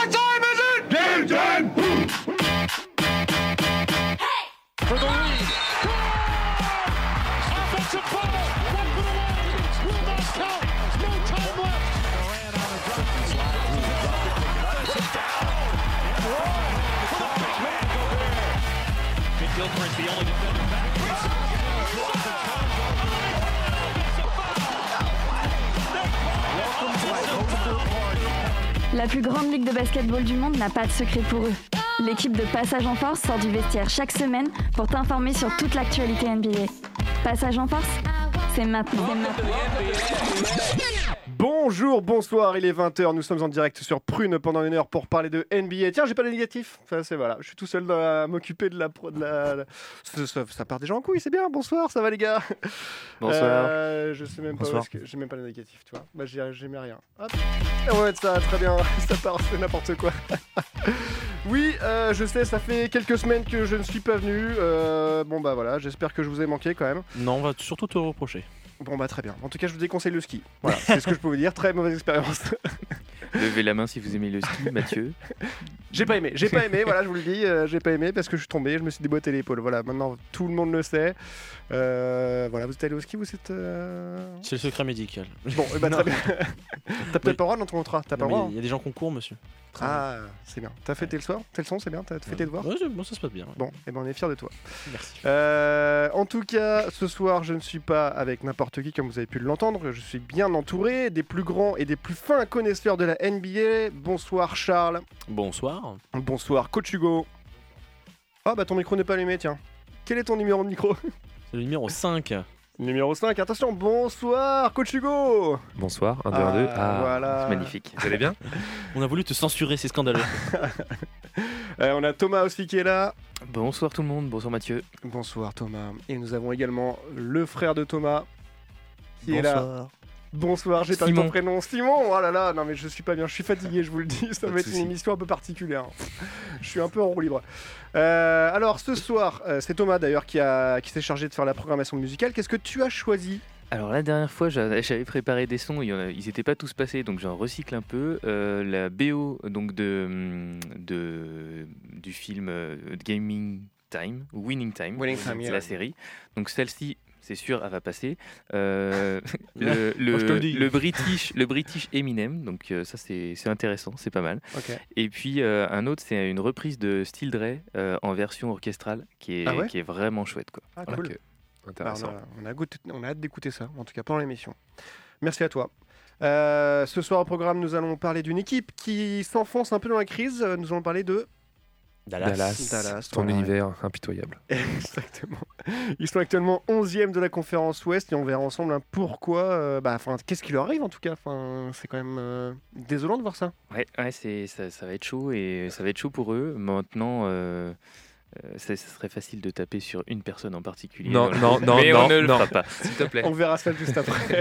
What time is it? Game time! For the lead. Offensive ball. One for the line. Will not count. No time left. Durant on a driving slide. Put it down. And Roy with a big man go there. Big Gilchrist, the only defender back. La plus grande ligue de basketball du monde n'a pas de secret pour eux. L'équipe de Passage en Force sort du vestiaire chaque semaine pour t'informer sur toute l'actualité NBA. Passage en Force, c'est maintenant. Bonjour, bonsoir, il est 20h, nous sommes en direct sur Prune pendant une heure pour parler de NBA. Tiens, j'ai pas de négatif, enfin, c'est voilà, je suis tout seul à m'occuper de ça part déjà en couille, c'est bien, bonsoir, ça va les gars? Bonsoir. Je sais même pas, j'ai même pas de négatif, tu vois, bah j'ai mis rien. Hop. Et on va mettre ça, très bien, ça part, c'est n'importe quoi. Oui, je sais, ça fait quelques semaines que je ne suis pas venu, bon bah voilà, j'espère que je vous ai manqué quand même. Non, on va surtout te reprocher. Bon bah très bien, en tout cas je vous déconseille le ski, voilà, c'est ce que je peux vous dire, très mauvaise expérience. Levez la main si vous aimez le ski, Mathieu. J'ai pas aimé, voilà, je vous le dis, j'ai pas aimé parce que je suis tombé, je me suis déboîté l'épaule. Voilà, maintenant tout le monde le sait. Voilà, vous êtes allé au ski, vous êtes. C'est le secret médical. Bon, bah très bien. T'as peut-être pas le droit dans ton contrat, t'as pas le droit. Il y a des gens qui concourent, monsieur. Ah, c'est bien. T'as fêté le soir? T'es le son, c'est bien? T'as fait tes devoirs? Ouais, bon, ça se passe bien. Ouais. Bon, et ben on est fiers de toi. Merci. En tout cas, ce soir, je ne suis pas avec n'importe qui, comme vous avez pu l'entendre. Je suis bien entouré des plus grands et des plus fins connaisseurs de la NBA. Bonsoir Charles. Bonsoir. Bonsoir Coach Hugo. Ah bah ton micro n'est pas allumé, tiens. Quel est ton numéro de micro? C'est le numéro 5. Numéro 5, attention, bonsoir Coach Hugo. Bonsoir, 1, 2, 1, 2. Ah, voilà. C'est magnifique. Vous allez bien? On a voulu te censurer, c'est scandaleux. On a Thomas aussi qui est là. Bonsoir tout le monde, bonsoir Mathieu. Bonsoir Thomas. Et nous avons également le frère de Thomas qui est là. Bonsoir, j'ai pas ton prénom. Simon, oh là là, non mais je suis pas bien, je suis fatigué, je vous le dis, ça va être une émission un peu particulière. Je suis un peu en roue libre. Alors ce soir, c'est Thomas d'ailleurs qui s'est chargé de faire la programmation musicale. Qu'est-ce que tu as choisi? Alors la dernière fois, j'avais préparé des sons, ils n'étaient pas tous passés, donc j'en recycle un peu. La BO donc du film Gaming Time, Winning Time, c'est la série. Donc celle-ci, c'est sûr, elle va passer. Le British Eminem, donc ça c'est intéressant, c'est pas mal. Okay. Et puis un autre, c'est une reprise de Still Dre en version orchestrale qui est vraiment chouette, quoi. Ah, cool. Okay. Intéressant. On a hâte d'écouter ça, en tout cas pendant l'émission. Merci à toi. Ce soir au programme, nous allons parler d'une équipe qui s'enfonce un peu dans la crise. Nous allons parler de Dallas, ton univers impitoyable. Exactement. Ils sont actuellement 11e de la conférence Ouest et on verra ensemble pourquoi, qu'est-ce qui leur arrive en tout cas. C'est quand même désolant de voir ça. Ouais, ça va être chaud et ça va être chaud pour eux. Maintenant, ça serait facile de taper sur une personne en particulier. Non, mais on ne le fera pas, s'il te plaît. On verra ça juste après.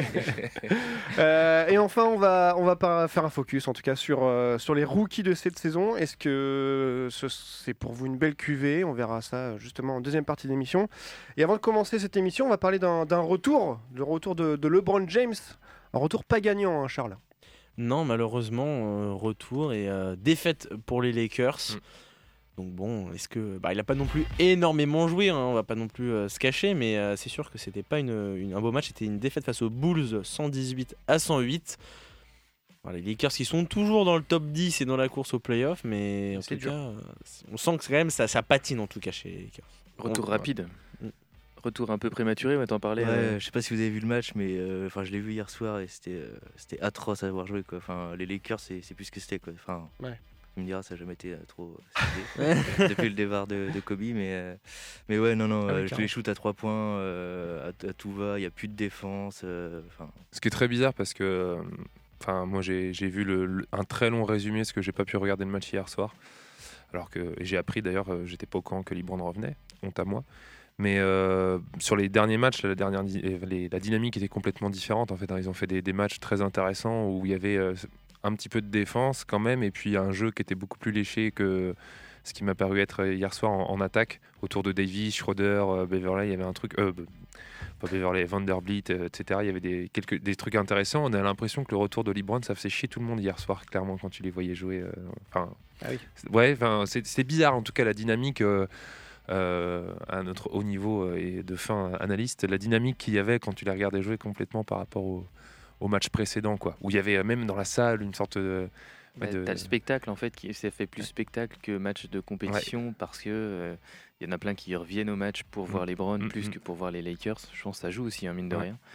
Et enfin, on va faire un focus en tout cas sur les rookies de cette saison. Est-ce que c'est pour vous une belle cuvée? On verra ça justement en deuxième partie d'émission. Et avant de commencer cette émission, on va parler d'un retour, le retour de LeBron James. Un retour pas gagnant, hein, Charles. Non, malheureusement, retour et défaite pour les Lakers. Donc bon, est-ce que il a pas non plus énormément joué, hein, on va pas non plus se cacher, mais c'est sûr que c'était pas un beau match, c'était une défaite face aux Bulls 118-108. Voilà, les Lakers qui sont toujours dans le top 10 et dans la course aux playoffs, mais en tout cas, on sent que quand même ça patine en tout cas chez les Lakers. Retour rapide. Retour un peu prématuré, mais t'en parlais. Ouais, je sais pas si vous avez vu le match, mais je l'ai vu hier soir et c'était atroce à voir jouer, quoi. Enfin, les Lakers, c'est plus ce que c'était, quoi. Enfin, ouais. Tu me diras, ça n'a jamais été trop stylé depuis le départ de Kobe, mais ouais, non, les shoots à 3 points, à tout va, il n'y a plus de défense. Ce qui est très bizarre parce que moi j'ai vu un très long résumé parce que j'ai pas pu regarder le match hier soir. Alors que j'ai appris d'ailleurs, j'étais pas au courant que LeBron revenait, honte à moi. Mais sur les derniers matchs, la dynamique était complètement différente. En fait, ils ont fait des matchs très intéressants où il y avait un petit peu de défense quand même, et puis un jeu qui était beaucoup plus léché que ce qui m'a paru être hier soir en attaque, autour de Davis, Schroeder, Beverley, il y avait un truc... pas Beverley, Vanderbilt, etc. Il y avait des trucs intéressants. On a l'impression que le retour de LeBron, ça faisait chier tout le monde hier soir, clairement, quand tu les voyais jouer. Ah oui. Ouais, c'est bizarre, en tout cas, la dynamique... à notre haut niveau et de fin analyste, la dynamique qu'il y avait quand tu les regardais jouer complètement par rapport au match précédent, quoi, où il y avait même dans la salle une sorte de... T'as le spectacle en fait, ça fait plus spectacle que match de compétition parce que y en a plein qui reviennent au match pour voir les Browns plus que pour voir les Lakers. Je pense que ça joue aussi, mine de rien.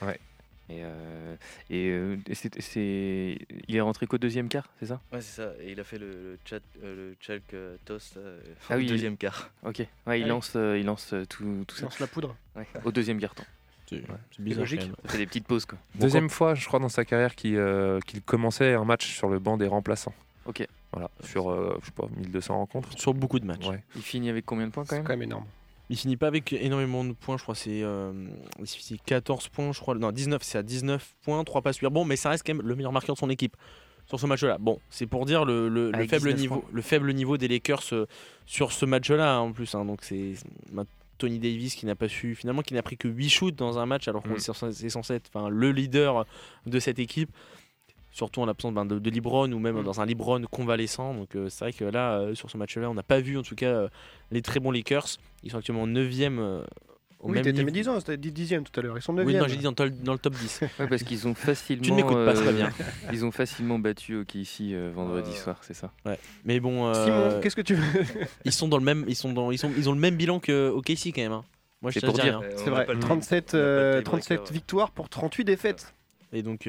Et il est rentré qu'au deuxième quart, c'est ça? Ouais, c'est ça. Et il a fait le chalk toast au deuxième quart. Ok. Ouais, il lance tout ça. Il lance la poudre. Ouais, au deuxième quart-temps. C'est bizarre. Logique. Ça fait des petites pauses, quoi. Deuxième fois, je crois, dans sa carrière qu'il commençait un match sur le banc des remplaçants. Ok. Voilà, sur je sais pas, 1200 rencontres. Sur beaucoup de matchs. Ouais. Il finit avec combien de points quand même? C'est quand même énorme. Il finit pas avec énormément de points, je crois. C'est 14 points, je crois. Non, 19, c'est à 19 points, 3 passes. Bon, mais ça reste quand même le meilleur marqueur de son équipe sur ce match-là. Bon, c'est pour dire le faible niveau des Lakers sur ce match-là, en plus. Donc c'est Tony Davis qui n'a pris que 8 shoots dans un match alors qu'on est censé être le leader de cette équipe, surtout en l'absence de LeBron ou même dans un LeBron convalescent. Donc c'est vrai que là sur ce match-là on n'a pas vu en tout cas les très bons Lakers. Ils sont actuellement 9e au même niveau. Oui, t'as dit 10e tout à l'heure, ils sont 9e. Oui, non, j'ai dit dans le top 10. Ouais, parce qu'ils ont facilement tu ne m'écoutes pas très bien. Ils ont facilement battu OKC vendredi soir, c'est ça. Ouais. Mais bon Simon, qu'est-ce que tu veux? ils ont le même bilan que OKC quand même. Moi je te dis rien. C'est vrai. 37 victoires pour 38 défaites. Et donc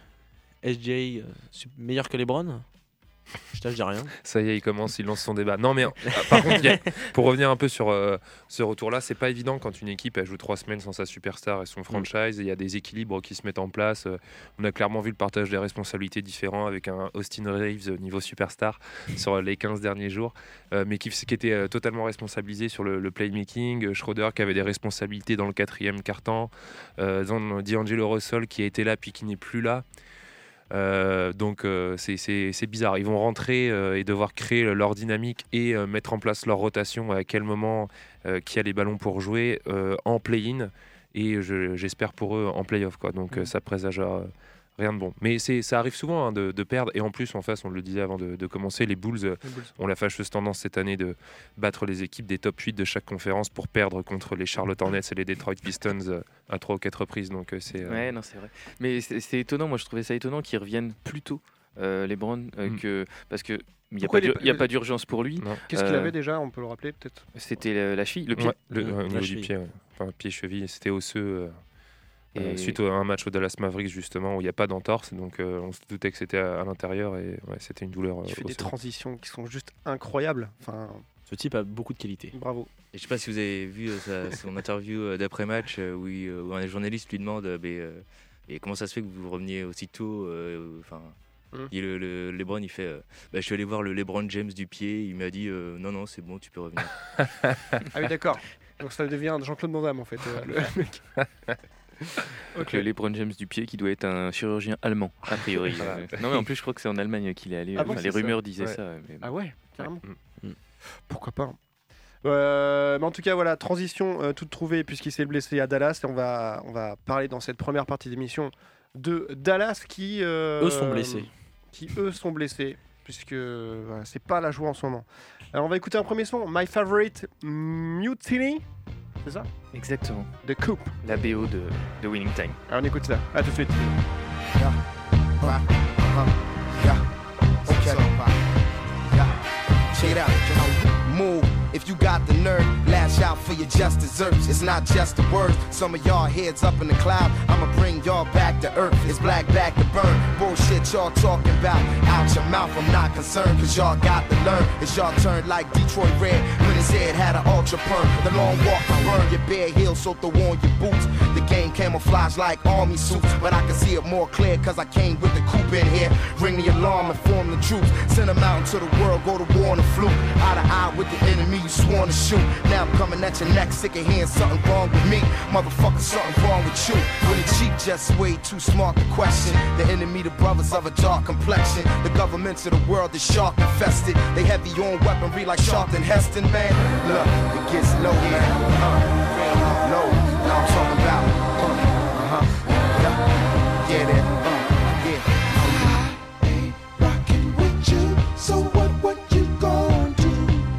SJ meilleur que LeBron? Je dis rien. Ça y est, il lance son débat. Non, mais par contre, pour revenir un peu sur ce retour-là, c'est pas évident quand une équipe elle joue 3 semaines sans sa superstar et son franchise. Il y a des équilibres qui se mettent en place. On a clairement vu le partage des responsabilités différents avec un Austin Reeves niveau superstar sur les 15 derniers jours, mais qui était totalement responsabilisé sur le playmaking. Schroeder qui avait des responsabilités dans le 4e quart-temps. D'Angelo Russell qui a été là puis qui n'est plus là. Donc c'est bizarre, ils vont rentrer et devoir créer leur dynamique et mettre en place leur rotation à quel moment qui a les ballons pour jouer en play-in et j'espère pour eux en play-off quoi. Donc ça présage rien de bon, mais ça arrive souvent de perdre et en plus en face on le disait avant de commencer, les Bulls ont la fâcheuse tendance cette année de battre les équipes des top 8 de chaque conférence pour perdre contre les Charlotte Hornets et les Detroit Pistons à 3 ou 4 reprises, donc c'est ouais non c'est vrai, mais c'est étonnant, moi je trouvais ça étonnant qu'ils reviennent plus tôt les Browns parce que il n'y a pas d'urgence pour lui. Qu'est-ce qu'il avait déjà, on peut le rappeler peut-être? C'était la cheville, le pied, au niveau du pied, enfin pied-cheville, c'était osseux. Suite à un match au Dallas Mavericks justement où il n'y a pas d'entorse, donc on se doutait que c'était à l'intérieur et c'était une douleur. Il fait des transitions qui sont juste incroyables. Enfin, ce type a beaucoup de qualité. Bravo. Et je sais pas si vous avez vu son interview d'après-match où un journaliste lui demande et comment ça se fait que vous reveniez aussitôt. LeBron il fait je suis allé voir le LeBron James du pied, il m'a dit non c'est bon, tu peux revenir. Ah oui d'accord. Donc ça devient Jean-Claude Van Damme en fait le mec. Okay. Le LeBron James du pied qui doit être un chirurgien allemand a priori. Non mais en plus je crois que c'est en Allemagne qu'il est allé. Les rumeurs disaient ça. Mais... Ah ouais, carrément. Pourquoi pas. Mais en tout cas voilà, transition toute trouvée puisqu'il s'est blessé à Dallas et on va parler dans cette première partie d'émission de Dallas qui eux sont blessés puisque c'est pas la joie en ce moment. Alors on va écouter un premier son, My Favorite Mutiny. C'est ça? Exactement. The Coupe. La BO de Winning Time. Alors on écoute ça. À tout de suite. Check it out. Move. If you got the nerve, lash out for your just desserts. It's not just the words. Some of y'all heads up in the cloud. I'ma bring y'all back to earth. It's black back to burn. Bullshit y'all talking about. Out your mouth, I'm not concerned. Cause y'all got to learn. It's y'all turn like Detroit Red when his head had an ultra perm. The long walk to burn your bare heels, so throw on your boots. The game camouflage like army suits, but I can see it more clear cause I came with the coupe in here. Ring the alarm, inform the troops, send them out into the world, go to war on the fluke. Eye to eye with the enemy you sworn to shoot. Now I'm coming at your neck, sick of hearing something wrong with me. Motherfucker, something wrong with you. When the cheap just way too smart to question. The enemy, the brothers of a dark complexion. The governments of the world is shark infested. They heavy on weaponry like Charlton Heston, man. Look, it gets low, man. Low. Now I'm talking about. Yeah, that. I ain't rocking with you. So what you gon' do?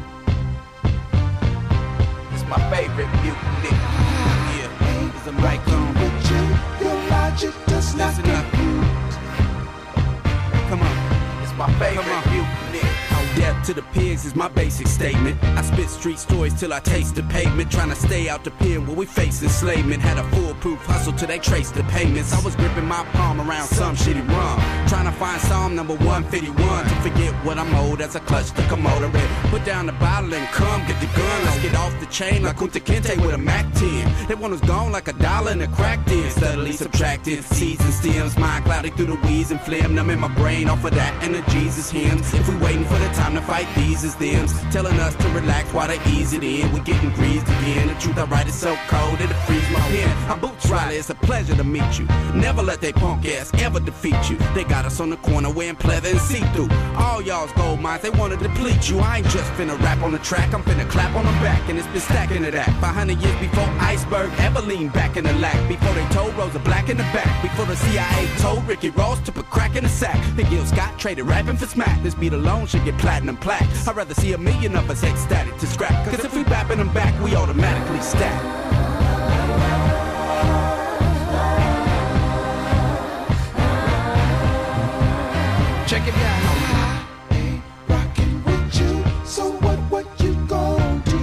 It's my favorite mutiny. Yeah, it's a mic on. With you, your logic does not compute. Come on, it's my favorite mutiny. Death to the pigs is my basic statement. I spit street stories till I taste the pavement. Trying to stay out the pen where we face enslavement. Had a foolproof hustle till they traced the payments. I was gripping my palm around some shitty rum. Trying to find Psalm number 151. To forget what I'm owed as I clutch the Komodo red. Put down the bottle and come get the gun. Let's get off the chain like Kunta Kinte with a Mac 10. That one was gone like $1 in a crack den. Steadily subtracted seeds and stems. Mind clouded through the weeds and phlegm. Numbing my brain off of that and the Jesus hymns. If we waiting for the time to fight these as them, telling us to relax while they ease it in. We're getting greased again. The truth I write is so cold it'll freeze my pen. I'm Boots Riley, it's a pleasure to meet you. Never let they punk ass ever defeat you. They got us on the corner wearing pleather and see-through. All y'all's gold mines, they wanna deplete you. I ain't just finna rap on the track, I'm finna clap on the back. And it's been stacking to that 500 years before Iceberg ever leaned back in the lack. Before they told Rosa Black in the back. Before the CIA told Ricky Ross to put crack in the sack. Big Gil Scott traded rapping for smack. This beat alone should get platinum plaques. I'd rather see a million of us ecstatic to scrap. Cause if we bapping them back, we automatically stack. Check it out. I ain't rocking with you. So what you gon' do?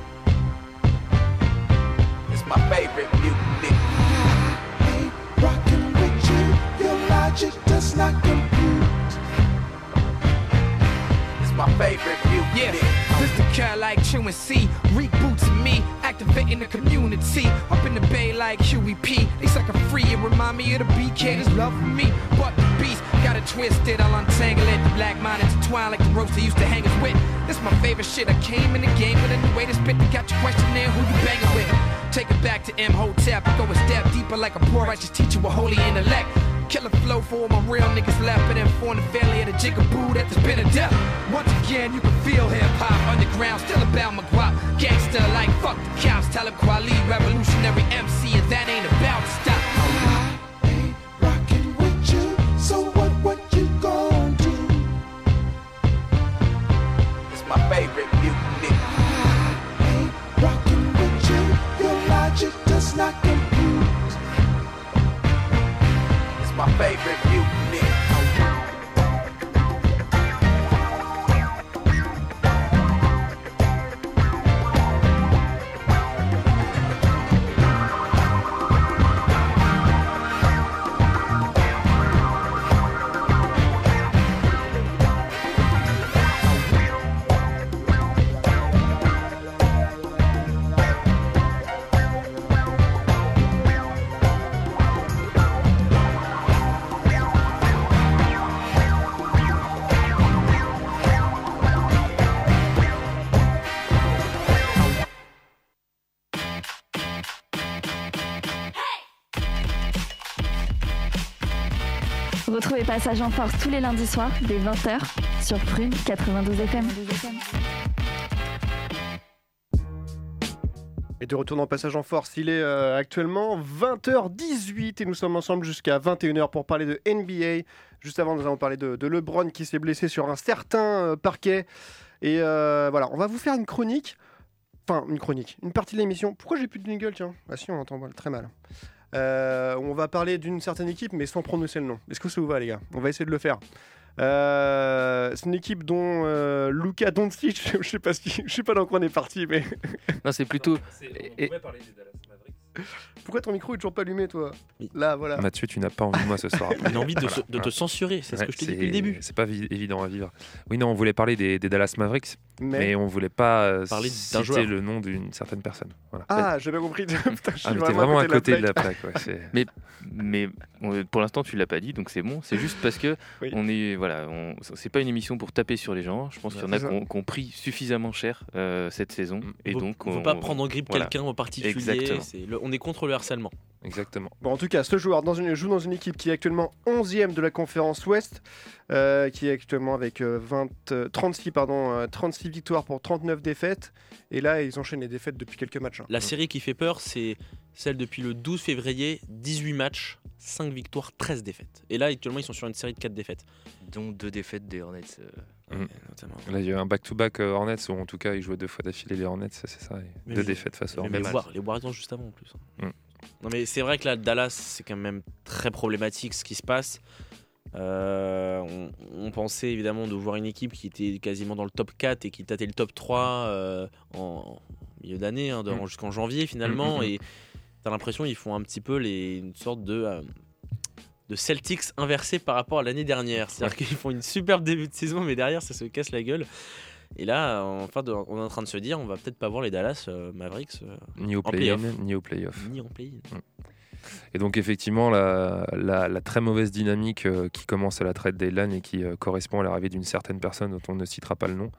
It's my favorite mutiny. I ain't rocking with you. Your logic does not compute. It's my favorite mutiny. Yeah, Mr. Cal like chewing C, rebooting me, activating the community. Up in the bay like Huey P. They sucker free, it remind me of the BK that's loving me. But the beast got it twisted, I'll untangle it. The black mind intertwined like the ropes they used to hang us with. This my favorite shit. I came in the game with a new way to spit. They got your question there, who you banging with? Take it back to Imhotep, go a step deeper like a poor righteous teacher with holy intellect. Killer flow for all my real niggas left, but inform the family of the jigaboo that there's been a death. Once again, you can feel hip-hop underground, still about my guap. Gangster like fuck the cops, Talib Kweli, revolutionary MC, and that ain't about to stop. I ain't rocking with you, so what you gon' do? It's my favorite mutiny. I ain't rocking with you, your logic does not compute. It's my favorite mutiny. Retrouvez Passage en Force tous les lundis soirs dès 20h sur Prune 92 FM. Et de retour dans Passage en Force, il est actuellement 20h18 et nous sommes ensemble jusqu'à 21h pour parler de NBA. Juste avant, nous avons parlé de LeBron qui s'est blessé sur un certain parquet. Et voilà, on va vous faire une chronique. Enfin, une partie de l'émission. Pourquoi j'ai plus de jingle, tiens? Ah si, on entend très mal. On va parler d'une certaine équipe, mais sans prononcer le nom. Est-ce que ça vous va, les gars? On va essayer de le faire. C'est une équipe dont Luka Doncic, je sais pas dans quoi on est parti, mais non, c'est plutôt. On pourrait parler des Dallas Mavericks. Pourquoi ton micro est toujours pas allumé, toi? Là, voilà. Mathieu, tu n'as pas envie de moi ce soir. J'ai envie de te censurer, c'est ce que je t'ai dit depuis le début. C'est pas évident à vivre. Oui, non, on voulait parler des Dallas Mavericks. Mais on voulait pas parler d'un citer joueur. le nom d'une certaine personne. Voilà. Ah, j'ai bien compris. Putain, je suis t'es vraiment à côté de la plaque. Mais pour l'instant, tu l'as pas dit, donc c'est bon. C'est juste parce que c'est pas une émission pour taper sur les gens. Je pense qu'il y en a qui ont pris suffisamment cher cette saison. Et donc, on ne faut pas prendre en grippe quelqu'un en particulier. On est contre le harcèlement. Exactement. Bon, en tout cas, ce joueur joue dans une équipe qui est actuellement 11e de la conférence Ouest, qui est actuellement avec 36 victoires pour 39 défaites. Et là, ils enchaînent les défaites depuis quelques matchs. La série qui fait peur, c'est celle depuis le 12 février, 18 matchs, 5 victoires, 13 défaites. Et là, actuellement, ils sont sur une série de 4 défaites. Dont 2 défaites des Hornets. Notamment. Là, il y a eu un back-to-back Hornets, ou en tout cas, ils jouaient 2 fois d'affilée les Hornets, c'est ça. 2 défaites face aux Hornets. Les Warriors juste avant en plus. Non mais c'est vrai que là, Dallas, c'est quand même très problématique ce qui se passe. On pensait évidemment de voir une équipe qui était quasiment dans le top 4 et qui tâtait le top 3 en milieu d'année, jusqu'en janvier finalement. Et t'as l'impression qu'ils font un petit peu une sorte de Celtics inversé par rapport à l'année dernière. C'est-à-dire qu'ils font une superbe début de saison, mais derrière ça se casse la gueule. Et là, on est en train de se dire, on va peut-être pas voir les Dallas Mavericks ni au play-in, ni au play-off. Ni en play-in. Et donc effectivement, la très mauvaise dynamique qui commence à la trade deadline et qui correspond à l'arrivée d'une certaine personne dont on ne citera pas le nom,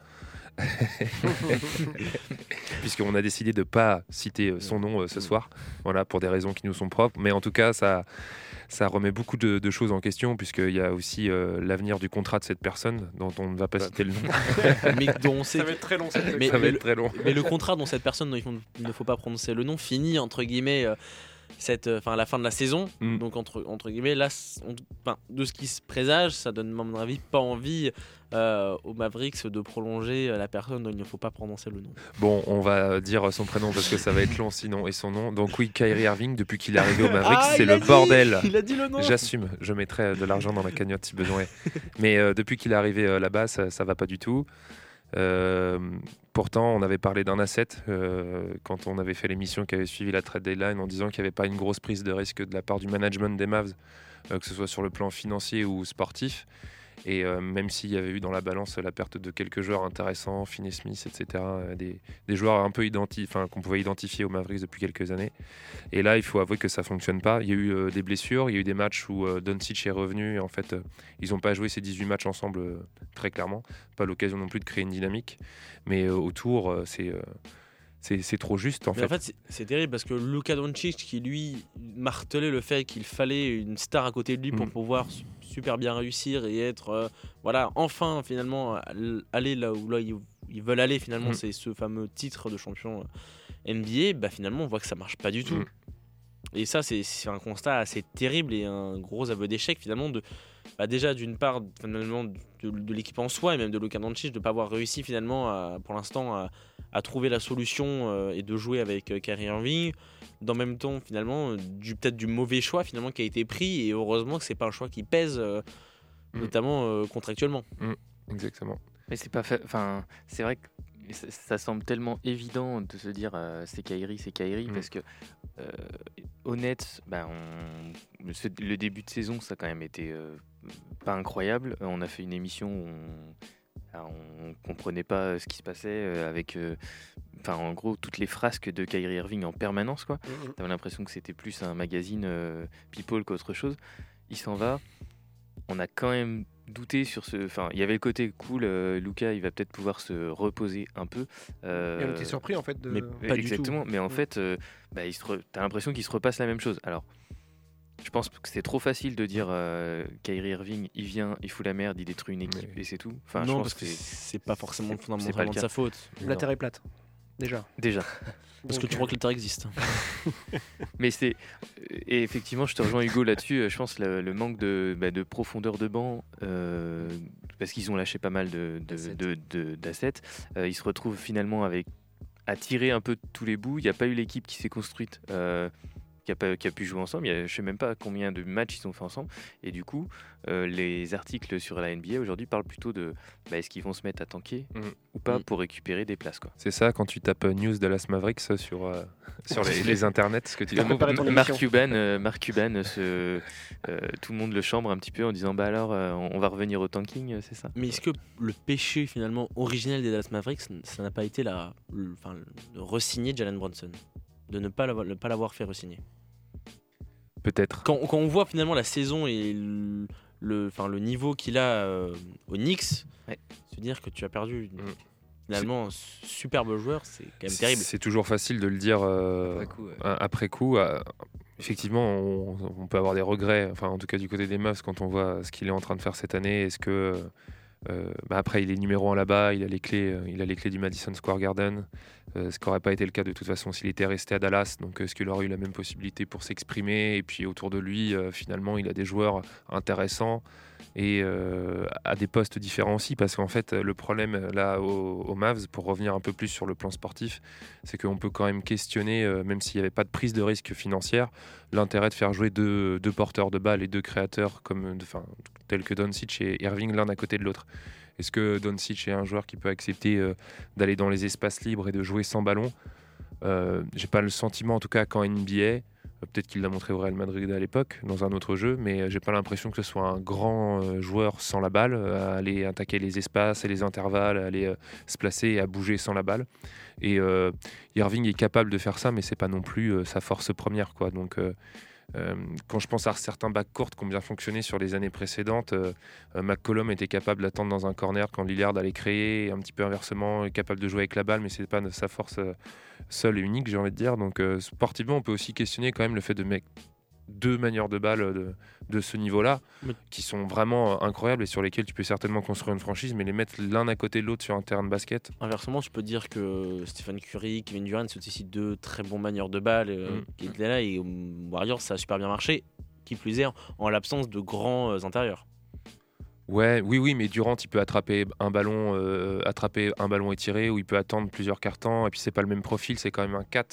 puisqu'on a décidé de ne pas citer son nom ce soir, voilà, pour des raisons qui nous sont propres. Mais en tout cas, ça remet beaucoup de choses en question, puisqu'il y a aussi l'avenir du contrat de cette personne dont on ne va pas citer le nom. Mais dont on sait... Ça va être très long. Mais le contrat dont cette personne dont il ne faut pas prononcer le nom finit entre guillemets à la fin de la saison. Donc entre guillemets là, de ce qui se présage, ça donne à mon avis pas envie aux Mavericks de prolonger la personne dont il ne faut pas prononcer le nom. Bon, on va dire son prénom parce que ça va être long sinon, et son nom. Donc oui, Kyrie Irving, depuis qu'il est arrivé aux Mavericks, c'est le bordel. Il a dit le nom. J'assume, je mettrai de l'argent dans la cagnotte si besoin est. Mais depuis qu'il est arrivé là-bas, ça va pas du tout. Pourtant, on avait parlé d'un asset quand on avait fait l'émission qui avait suivi la trade deadline, en disant qu'il n'y avait pas une grosse prise de risque de la part du management des Mavs, que ce soit sur le plan financier ou sportif. Et même s'il y avait eu dans la balance la perte de quelques joueurs intéressants, Finney-Smith, etc., des joueurs un peu qu'on pouvait identifier aux Mavericks depuis quelques années. Et là, il faut avouer que ça ne fonctionne pas. Il y a eu des blessures, il y a eu des matchs où Doncic est revenu. Et en fait, ils n'ont pas joué ces 18 matchs ensemble, très clairement. Pas l'occasion non plus de créer une dynamique. Mais autour, c'est trop juste en fait. En fait, c'est terrible parce que Luka Doncic, qui lui martelait le fait qu'il fallait une star à côté de lui pour pouvoir super bien réussir et être enfin finalement aller là où ils veulent aller finalement, c'est ce fameux titre de champion NBA. Finalement on voit que ça marche pas du tout. Et ça c'est un constat assez terrible et un gros aveu d'échec finalement déjà d'une part finalement de l'équipe en soi et même de Luka Doncic de ne pas avoir réussi finalement pour l'instant à trouver la solution et de jouer avec Kyrie Irving. Dans le même temps finalement peut-être du mauvais choix finalement qui a été pris, et heureusement que c'est pas un choix qui pèse notamment contractuellement. Exactement. Mais c'est pas fait, c'est vrai que ça semble tellement évident de se dire c'est Kyrie parce que honnête, le début de saison ça a quand même été pas incroyable. On a fait une émission où on comprenait pas ce qui se passait avec en gros toutes les frasques de Kyrie Irving en permanence quoi. T'avais l'impression que c'était plus un magazine People qu'autre chose. Il s'en va. On a quand même douté sur il y avait le côté cool, Luka il va peut-être pouvoir se reposer un peu. Et on était surpris en fait mais pas exactement, du tout. Mais en fait t'as l'impression qu'il se repasse la même chose. Alors je pense que c'est trop facile de dire Kyrie Irving il vient, il fout la merde, il détruit une équipe et c'est tout. Non, je pense parce que c'est pas forcément fondamentalement de sa faute. La terre est plate. Déjà. Parce que tu crois que la terre existe. Mais et effectivement, je te rejoins Hugo là-dessus. Je pense le manque de profondeur de banc, parce qu'ils ont lâché pas mal d'assets. Ils se retrouvent finalement à tirer un peu de tous les bouts. Il n'y a pas eu l'équipe qui s'est construite, qui a pu jouer ensemble. Je ne sais même pas combien de matchs ils ont fait ensemble. Et du coup, les articles sur la NBA aujourd'hui parlent plutôt de est-ce qu'ils vont se mettre à tanker ou pas pour récupérer des places, quoi. C'est ça, quand tu tapes News Dallas Mavericks sur les internets, ce que tu Mark Cuban, tout le monde le chambre un petit peu en disant alors on va revenir au tanking, c'est ça. Mais est-ce que le péché finalement originel des Dallas Mavericks, ça n'a pas été de re-signer Jalen Brunson, de ne pas l'avoir fait re-signer? Peut-être. Quand on voit finalement la saison et le niveau qu'il a au Knicks, se dire que tu as perdu finalement un superbe joueur, c'est quand même terrible. C'est toujours facile de le dire après coup. Effectivement, on peut avoir des regrets, en tout cas du côté des Mavs, quand on voit ce qu'il est en train de faire cette année. Est-ce que après il est numéro 1 là-bas, il a les clés du Madison Square Garden, ce qui n'aurait pas été le cas de toute façon s'il était resté à Dallas. Donc est-ce qu'il aurait eu la même possibilité pour s'exprimer? Et puis autour de lui, finalement, il a des joueurs intéressants et à des postes différents aussi, parce qu'en fait le problème là aux Mavs, pour revenir un peu plus sur le plan sportif, c'est qu'on peut quand même questionner, même s'il n'y avait pas de prise de risque financière, l'intérêt de faire jouer deux porteurs de balles et deux créateurs tels que Doncic et Irving, l'un à côté de l'autre. Est-ce que Doncic est un joueur qui peut accepter d'aller dans les espaces libres et de jouer sans ballon? J'ai pas le sentiment, en tout cas qu'en NBA, peut-être qu'il l'a montré au Real Madrid à l'époque dans un autre jeu, mais j'ai pas l'impression que ce soit un grand joueur sans la balle, à aller attaquer les espaces et les intervalles, à aller se placer et à bouger sans la balle. Et Irving est capable de faire ça, mais c'est pas non plus sa force première, quoi. Donc quand je pense à certains backcourts qui ont bien fonctionné sur les années précédentes, McCollum était capable d'attendre dans un corner quand Lillard allait créer, et un petit peu inversement, est capable de jouer avec la balle, mais c'est pas sa force seule et unique, j'ai envie de dire. Donc sportivement, on peut aussi questionner quand même le fait de mettre deux manières de balle de ce niveau-là, qui sont vraiment incroyables et sur lesquels tu peux certainement construire une franchise, mais les mettre l'un à côté de l'autre sur un terrain de basket. Inversement, je peux dire que Stephen Curry, Kevin Durant, c'est aussi deux très bons manières de balle qui étaient là, et aux Warriors, ça a super bien marché, qui plus est en l'absence de grands intérieurs. Oui, mais Durant, il peut attraper un ballon étiré, ou il peut attendre plusieurs quarts-temps, et puis c'est pas le même profil, c'est quand même un 4.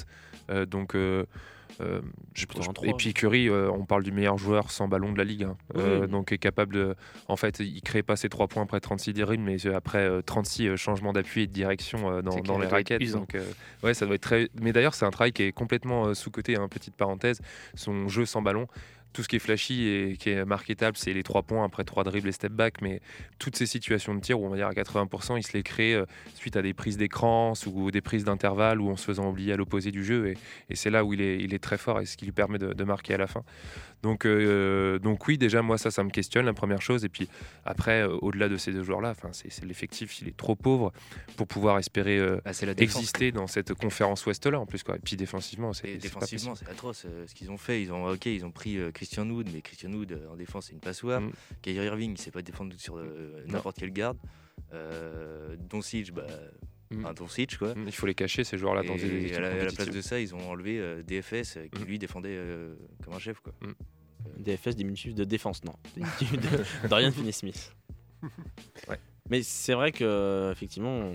Et puis Curry, on parle du meilleur joueur sans ballon de la ligue, donc est capable de, en fait, il crée pas ses 3 points après 36 dribbles, mais après 36 changements d'appui et de direction dans les raquettes. Donc ça doit être très. Mais d'ailleurs, c'est un travail qui est complètement sous-coté. Petite parenthèse, son jeu sans ballon. Tout ce qui est flashy et qui est marketable, c'est les 3 points après 3 dribbles et step back, mais toutes ces situations de tir où on va dire à 80%, il se les crée suite à des prises d'écran ou des prises d'intervalle, ou en se faisant oublier à l'opposé du jeu, et c'est là où il est très fort et ce qui lui permet de marquer à la fin. Donc oui, déjà moi ça me questionne, la première chose. Et puis après, au-delà de ces deux joueurs-là, c'est l'effectif, il est trop pauvre pour pouvoir espérer exister dans cette conférence Ouest-là en plus, quoi. Et puis défensivement, c'est atroce ce qu'ils ont fait. Ils ont pris Christian Wood, mais Christian Wood en défense c'est une passoire. Kyrie Irving, il sait pas défendre sur n'importe quelle garde. Doncic, Doncic, quoi. Il faut les cacher, ces joueurs-là, dans des équipes à la place de ça, ils ont enlevé DFS qui lui défendait comme un chef, quoi. DFS, diminutif de défense, non. Diminutif de Dorian Finney-Smith. Mais c'est vrai que effectivement,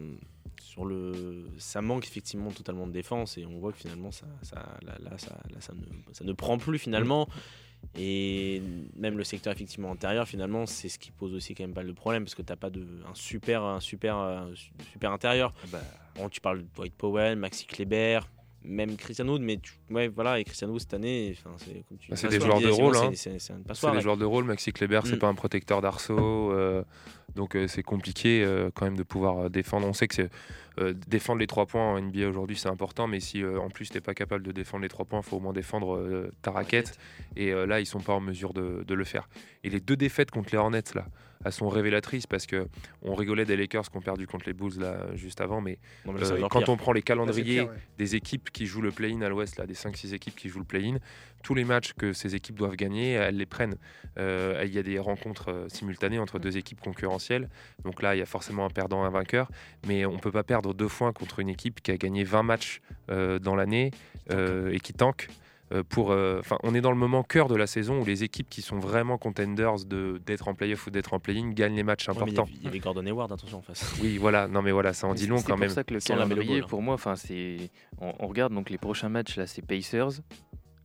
ça manque effectivement totalement de défense, et on voit que finalement ça ne prend plus finalement. Et même le secteur effectivement antérieur, finalement, c'est ce qui pose aussi quand même pas le problème, parce que t'as pas un super intérieur. Bon, tu parles de Dwight Powell, Maxi Kleber, même Christian Wood, mais et Christian Wood cette année, c'est comme c'est des joueurs de rôle, c'est une passoire. C'est des joueurs de rôle. Maxi Kleber, c'est pas un protecteur d'arceau, donc c'est compliqué quand même de pouvoir défendre. On sait que défendre les 3 points en NBA aujourd'hui, c'est important, mais si en plus t'es pas capable de défendre les 3 points, il faut au moins défendre ta raquette. Et là, ils sont pas en mesure de le faire. Et les 2 défaites contre les Hornets là, elles sont révélatrices, parce que on rigolait des Lakers qui ont perdu contre les Bulls là juste avant, mais quand on prend les calendriers des équipes qui jouent le play-in à l'Ouest, là, des 5-6 équipes qui jouent le play-in, tous les matchs que ces équipes doivent gagner, elles les prennent. Il y a des rencontres simultanées entre 2 équipes concurrentielles, donc là il y a forcément un perdant, un vainqueur, mais on peut pas perdre 2 fois contre une équipe qui a gagné 20 matchs dans l'année et qui tank. On est dans le moment cœur de la saison où les équipes qui sont vraiment contenders d'être en play-off ou d'être en play-in gagnent les matchs importants. Il y avait Gordon Hayward, attention en face. Oui, voilà, non mais voilà, ça en dit long quand même. C'est pour ça que le calendrier, pour moi, on regarde donc les prochains matchs là, c'est Pacers,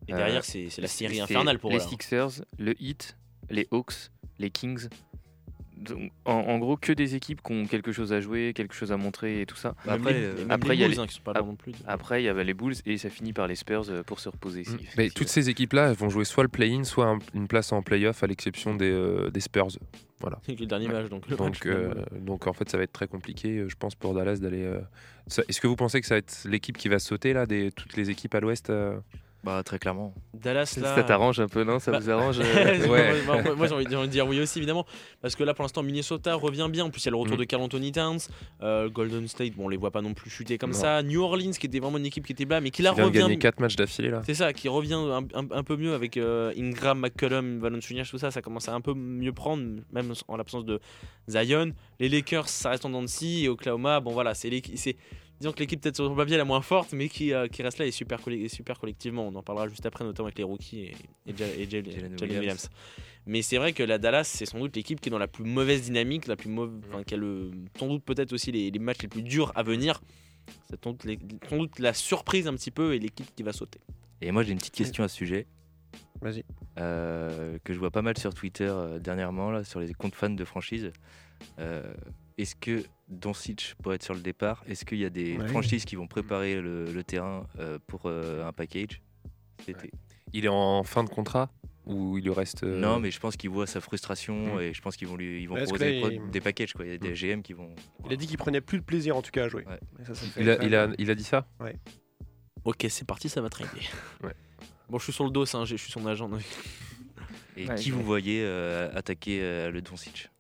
Et derrière, c'est la série infernale pour eux. Les Sixers, le Heat, les Hawks, les Kings. Donc, en gros, que des équipes qui ont quelque chose à jouer, quelque chose à montrer et tout ça. Après, il y a les Bulls qui sont pas là non plus. Après, il y avait les Bulls et ça finit par les Spurs pour se reposer. Mais toutes ces équipes-là, elles vont jouer soit le play-in, soit une place en play-off, à l'exception des Spurs. Voilà. C'est le dernier match, donc en fait, ça va être très compliqué, je pense, pour Dallas d'aller. Est-ce que vous pensez que ça va être l'équipe qui va sauter là, toutes les équipes à l'Ouest? Bah très clairement. Dallas là. Ça t'arrange un peu, non? Ça vous arrange? Ouais. Moi j'ai envie de dire oui aussi évidemment, parce que là pour l'instant Minnesota revient bien. En plus il y a le retour de Karl Anthony Towns, Golden State, bon on les voit pas non plus chuter comme ça. New Orleans qui était vraiment une équipe qui était bas, mais qui là revient. Qui vient de gagner 4 matchs d'affilée là. C'est ça, qui revient un peu mieux avec Ingram, McCollum, Valanciunas, tout ça. Ça commence à un peu mieux prendre, même en l'absence de Zion. Les Lakers ça reste en dents de scie, et Oklahoma, bon voilà c'est disons que l'équipe peut-être sur le papier la moins forte, mais qui reste là et super collectivement. On en parlera juste après, notamment avec les rookies et Jalen Williams. Mais c'est vrai que la Dallas, c'est sans doute l'équipe qui est dans la plus mauvaise dynamique, qui a sans doute peut-être aussi les matchs les plus durs à venir. C'est sans doute la surprise un petit peu et l'équipe qui va sauter. Et moi j'ai une petite question à ce sujet. Vas-y. Que je vois pas mal sur Twitter dernièrement, là, sur les comptes fans de franchise. Est-ce que Doncic pourrait être sur le départ? Est-ce qu'il y a des franchises qui vont préparer le terrain pour un package cet été? Il est en fin de contrat ou il lui reste Non, mais je pense qu'il voit sa frustration et je pense qu'ils vont proposer des packages. Quoi. Il y a des GM qui vont. Il a dit qu'il prenait plus de plaisir en tout cas à jouer. Ouais. Il a dit ça? Ouais. Ok, c'est parti, ça va traîner. Ouais. Bon, je suis sur le dos, je suis son agent. Et qui vous voyez attaquer le Doncic?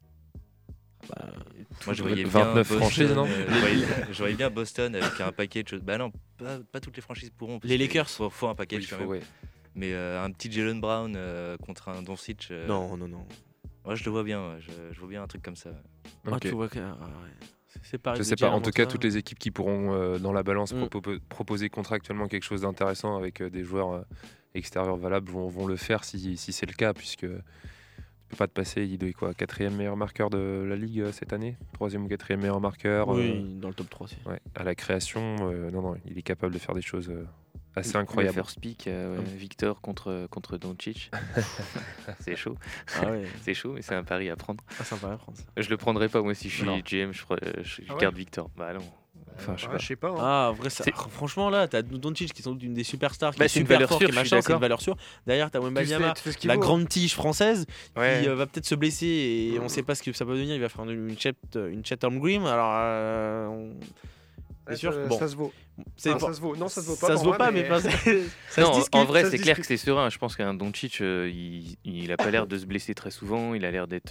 Moi je voyais 29 bien franchises, non? Je voyais bien Boston avec un package. Bah non, pas toutes les franchises pourront. Les Lakers. Faut un package quand même. Mais un petit Jalen Brown contre un Doncic. Non. Moi je le vois bien. Je vois bien un truc comme ça. Tu vois que. C'est pareil. Je sais pas. En tout cas, toutes les équipes qui pourront dans la balance proposer contractuellement quelque chose d'intéressant avec des joueurs extérieurs valables vont le faire si c'est le cas, puisque. Tu peux pas te passer, il est quoi, 4e meilleur marqueur de la ligue cette année, 3e ou 4e meilleur marqueur. Oui, dans le top 3 aussi. Ouais, à la création, non, il est capable de faire des choses assez incroyables. Le first pick, Victor contre Doncic, c'est chaud. Ah ouais. C'est chaud, mais c'est un pari à prendre. C'est un pari à prendre. Je le prendrais pas moi si je suis GM, je garde Victor. Bah non. Enfin, je sais pas. Ah, vrai, franchement, là, t'as Doncic qui sont une des superstars, qui est c'est une super valeur fort, sûre, c'est une valeur sûre. Derrière, t'as Wembanyama, la grande tige française, qui va peut-être se blesser et on sait pas ce que ça peut devenir. Il va faire une Chet Holmgren. Alors, c'est sûr que ça se vaut. Ça se vaut. Non, ça se vaut pas. Ça se vaut pas, mais en vrai, c'est clair que c'est serein. Je pense qu'un Doncic, il a pas l'air de se blesser très souvent. Il a l'air d'être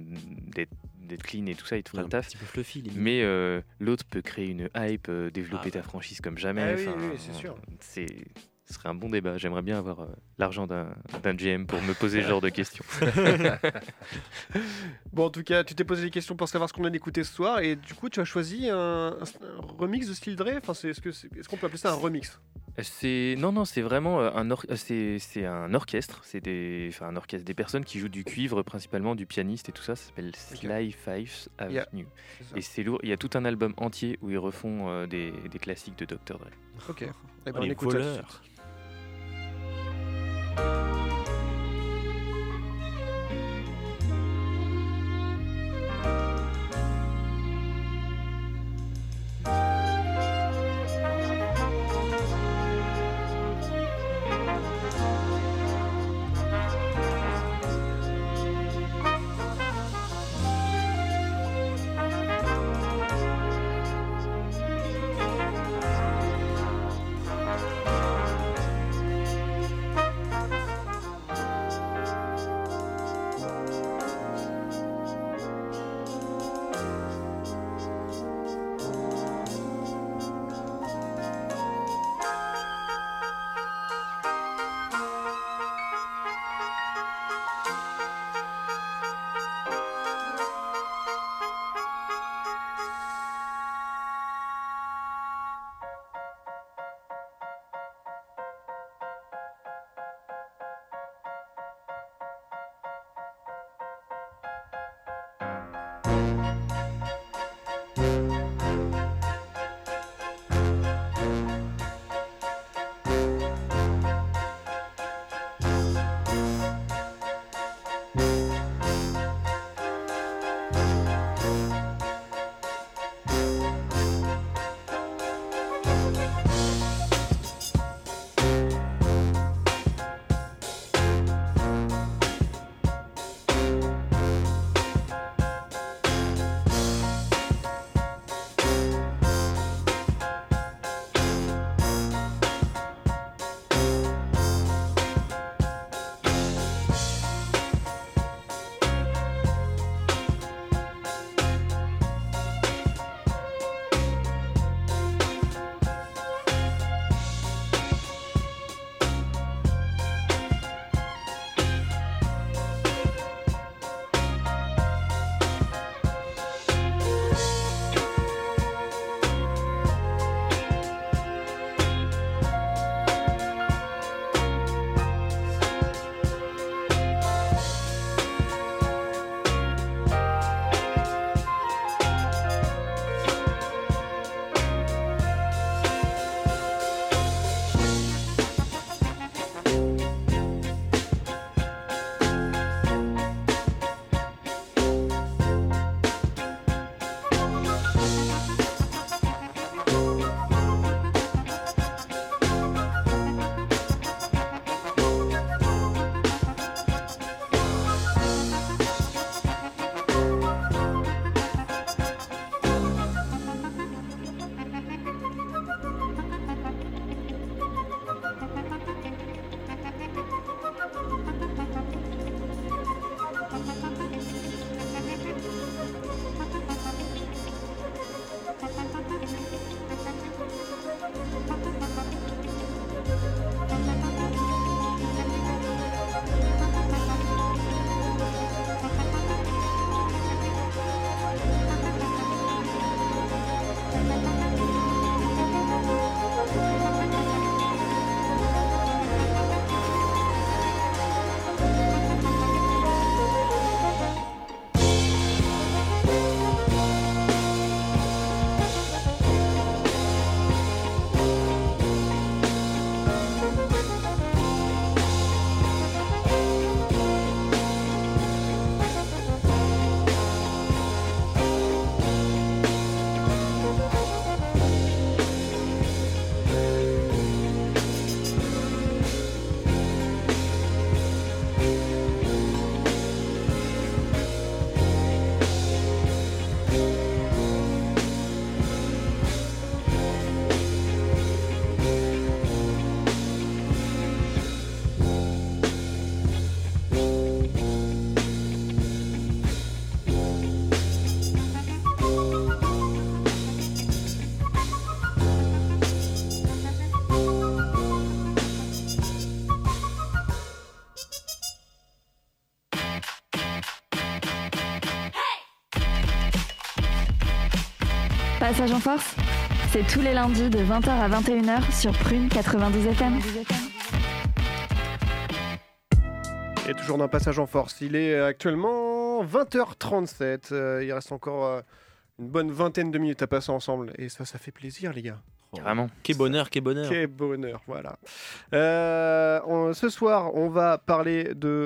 clean et tout ça. Il te fera le taf. Un petit peu fluffy. Mais l'autre peut créer une hype, développer ta franchise comme jamais. Oui, c'est sûr. Ce serait un bon débat. J'aimerais bien avoir l'argent d'un GM pour me poser ce genre de questions. Bon, en tout cas, tu t'es posé des questions pour savoir ce qu'on a écouté ce soir, et du coup, tu as choisi un remix de Still Dre. Enfin, est-ce qu'on peut appeler ça un remix? Non, c'est vraiment c'est un orchestre. C'est un orchestre, des personnes qui jouent du cuivre, principalement du pianiste et tout ça. Ça s'appelle Sly Fifth Avenue. Et c'est lourd. Il y a tout un album entier où ils refont des classiques de Dr. Dre. Ok. Eh ben, on écoute ça. Passage en force, c'est tous les lundis de 20h à 21h sur Prune 92 FM. Et toujours dans Passage en force, il est actuellement 20h37. Il reste encore une bonne vingtaine de minutes à passer ensemble. Et ça fait plaisir, les gars. Carrément. Quel bonheur, quel bonheur. Quel bonheur, voilà. Ce soir, on va parler du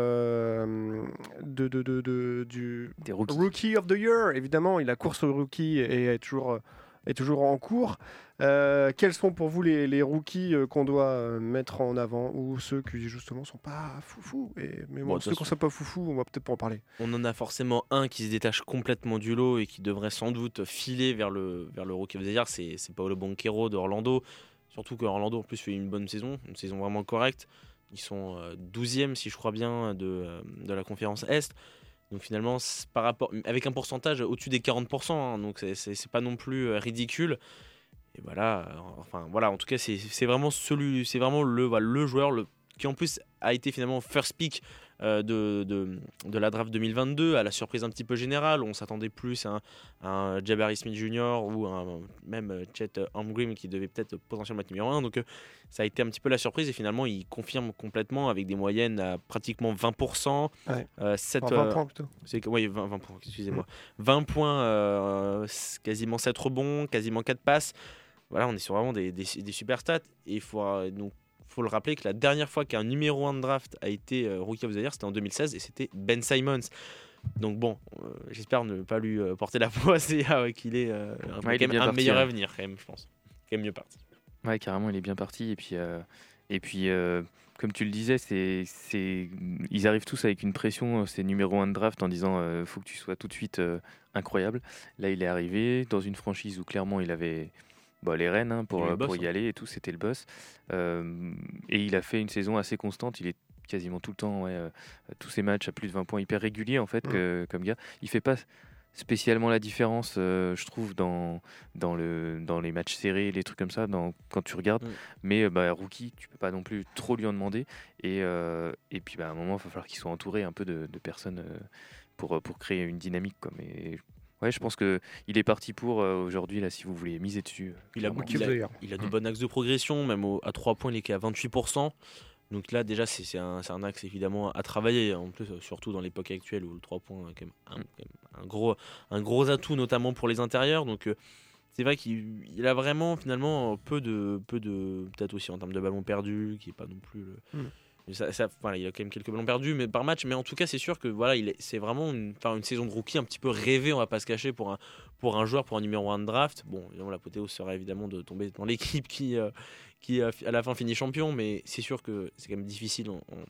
Rookie of the Year. Évidemment, la course au rookie est toujours en cours. Quels sont pour vous les rookies qu'on doit mettre en avant ou ceux qui justement sont pas foufou mais bon, ceux qui ne sont pas foufou, on va peut-être pas en parler. On en a forcément un qui se détache complètement du lot et qui devrait sans doute filer vers le Rookie of the Year, c'est Paolo Banchero de Orlando. Surtout que Orlando en plus fait une bonne saison, une saison vraiment correcte. Ils sont 12e si je crois bien de la conférence Est. Donc finalement, par rapport, avec un pourcentage au-dessus des 40%, hein, donc c'est pas non plus ridicule. Et voilà, en tout cas, c'est vraiment le joueur qui en plus a été finalement first pick de la draft 2022, à la surprise un petit peu générale. On s'attendait plus à un Jabari Smith Jr. ou même Chet Holmgren qui devait peut-être potentiellement être numéro 1. Donc ça a été un petit peu la surprise et finalement il confirme complètement avec des moyennes à pratiquement 20%. Ouais. 20 points plutôt. 20 points, excusez-moi. 20 points, quasiment 7 rebonds, quasiment 4 passes. Voilà, on est sur vraiment des super stats. Et il faut le rappeler que la dernière fois qu'un numéro 1 de draft a été Rookie of the Year, c'était en 2016 et c'était Ben Simmons. Donc bon, j'espère ne pas lui porter la poisse et qu'il ait un meilleur avenir quand même, je pense. Quand même mieux parti. Ouais, carrément, il est bien parti. Et puis comme tu le disais, ils arrivent tous avec une pression, c'est numéro 1 de draft en disant faut que tu sois tout de suite incroyable. Là, il est arrivé dans une franchise où clairement il avait les rênes pour y aller et tout, c'était le boss. Et il a fait une saison assez constante, il est quasiment tout le temps, tous ses matchs à plus de 20 points, hyper régulier en fait, comme gars. Il fait pas spécialement la différence, je trouve, dans les matchs serrés, les trucs comme ça, quand tu regardes. Mais rookie, tu peux pas non plus trop lui en demander. Et puis à un moment, il va falloir qu'il soit entouré un peu de personnes pour créer une dynamique, quoi. Mais ouais, je pense qu'il est parti pour aujourd'hui, là, si vous voulez miser dessus. Il a de bons axes de progression, même à 3 points, il est qu'à 28%. Donc là, déjà, c'est un axe évidemment à travailler, en plus, surtout dans l'époque actuelle où le 3 points est quand même un gros atout, notamment pour les intérieurs. Donc c'est vrai qu'il a vraiment finalement peu de peut-être aussi en termes de ballons perdus, qui n'est pas non plus il a quand même quelques ballons perdus mais par match, mais en tout cas c'est sûr que c'est vraiment une saison de rookie un petit peu rêvée, on va pas se cacher, pour un joueur, pour un numéro 1 de draft. Bon, évidemment l'apothéose serait évidemment de tomber dans l'équipe qui à la fin finit champion, mais c'est sûr que c'est quand même difficile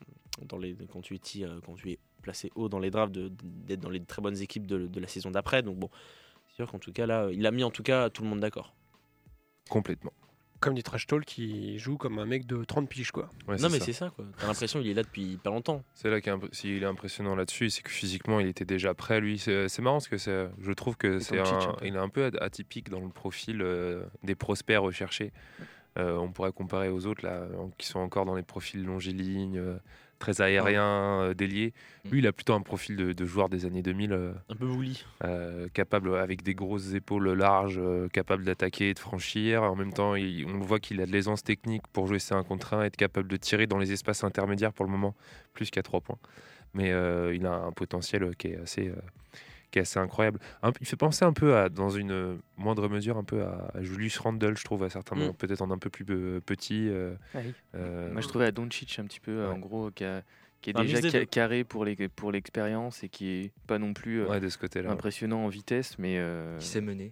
quand tu es placé haut dans les drafts d'être dans les très bonnes équipes de la saison d'après. Donc bon, c'est sûr qu'en tout cas là il a mis en tout cas tout le monde d'accord. Complètement. Comme dit Trash Talk, qui joue comme un mec de 30 piges, quoi. Ouais, c'est ça, quoi. T'as l'impression qu'il est là depuis pas longtemps. C'est là s'il est impressionnant là-dessus, c'est que physiquement il était déjà prêt, lui. C'est marrant parce que je trouve que il est un peu atypique dans le profil des prospects recherchés. On pourrait comparer aux autres là, qui sont encore dans les profils longilignes, très aériens, déliés. Lui, il a plutôt un profil de joueur des années 2000. Un peu voulu. Capable, avec des grosses épaules larges, capable d'attaquer et de franchir. En même temps, on voit qu'il a de l'aisance technique pour jouer ses 1 contre 1, être capable de tirer dans les espaces intermédiaires pour le moment, plus qu'à 3 points. Mais il a un potentiel qui est assez incroyable. Il fait penser un peu dans une moindre mesure, un peu à Julius Randle, je trouve, à certains moments, peut-être en un peu plus petit. Moi, je trouvais à Doncic un petit peu, en gros, qui est déjà carré pour l'expérience et qui est pas non plus de ce côté-là, impressionnant en vitesse, mais qui sait mener.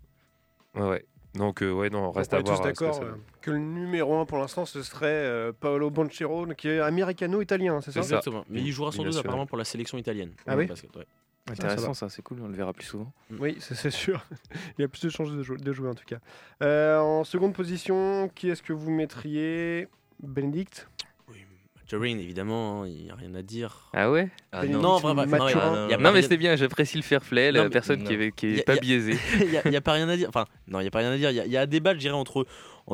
Ouais. Donc on reste à voir. On est tous d'accord que le numéro 1 pour l'instant ce serait Paolo Banchero, qui est américano-italien, c'est ça? Exactement. Mais il jouera sans doute apparemment pour la sélection italienne. Ah oui. Intéressant, ça, c'est cool, on le verra plus souvent. Oui, c'est sûr. Il y a plus de chances de jouer en tout cas. En seconde position, qui est-ce que vous mettriez? Bénédicte? Oui, Mathurin, évidemment, il n'y a rien à dire. Ah ouais? Non, mais c'est bien, j'apprécie le fair play, la personne qui est pas biaisée. Il n'y a pas rien à dire. Enfin, non, il n'y a pas rien à dire. Il y a un débat, je dirais, entre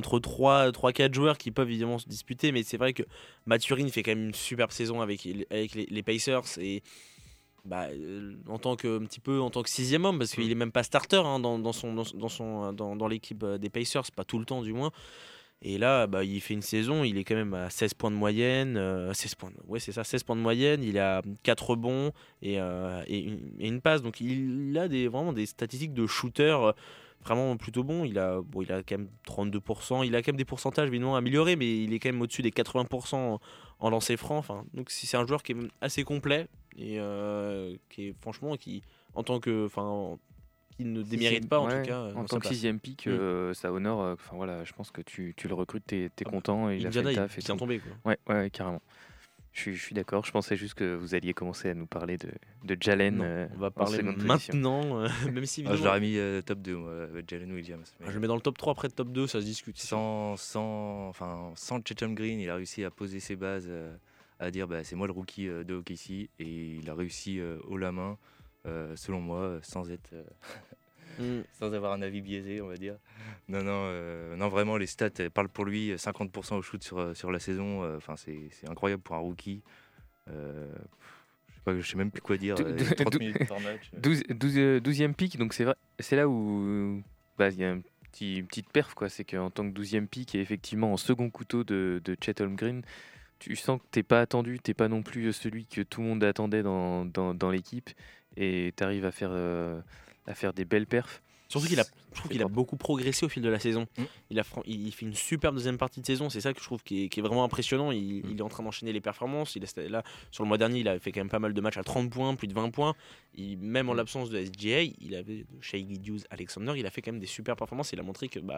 3-4 joueurs qui peuvent évidemment se disputer, mais c'est vrai que Mathurin fait quand même une superbe saison avec les Pacers et en tant que un petit peu en tant que sixième homme, parce qu'il est même pas starter dans l'équipe des Pacers, pas tout le temps du moins. Et là, il fait une saison, il est quand même à 16 points de moyenne, 16 points de moyenne, il a 4 rebonds et une passe. Donc il a vraiment des statistiques de shooter vraiment plutôt bon. Il a quand même 32%, il a quand même des pourcentages évidemment améliorés, mais il est quand même au-dessus des 80% en lancer franc. Donc c'est un joueur qui est assez complet et qui est franchement en tant que qui ne démérite pas en tout cas. En tant que sixième pick, ça honore. Je pense que tu le recrutes, t'es content et il a fait le taf. Il vient tomber quoi. Ouais, carrément. Je suis d'accord. Je pensais juste que vous alliez commencer à nous parler de Jalen. On va parler maintenant, même si je l'aurais mis top 2, Jalen Williams. Je le mets dans le top 3 après le top 2, ça se discute. Sans Tatum Green, il a réussi à poser ses bases, à dire c'est moi le rookie de OKC, et il a réussi haut la main. Selon moi, sans avoir un avis biaisé, on va dire. Non, vraiment, les stats parlent pour lui. 50% au shoot sur la saison. C'est incroyable pour un rookie. Je sais même plus quoi dire. 30 minutes par match. 12e pick, donc c'est vrai, c'est là où il y a une petite perf, quoi. C'est qu'en tant que 12e pick et effectivement en second couteau de Chet Holmgren, tu sens que t'es pas attendu, t'es pas non plus celui que tout le monde attendait dans l'équipe, et tu arrives à faire des belles perfs. Surtout je trouve qu'il a beaucoup progressé au fil de la saison. Il fait une superbe deuxième partie de saison, c'est ça que je trouve qui est vraiment impressionnant. Il est en train d'enchaîner les performances. Là, sur le mois dernier, il avait fait quand même pas mal de matchs à 30 points, plus de 20 points. Même en l'absence de SGA, il avait Shai Gilgeous-Alexander, il a fait quand même des super performances. Il a montré que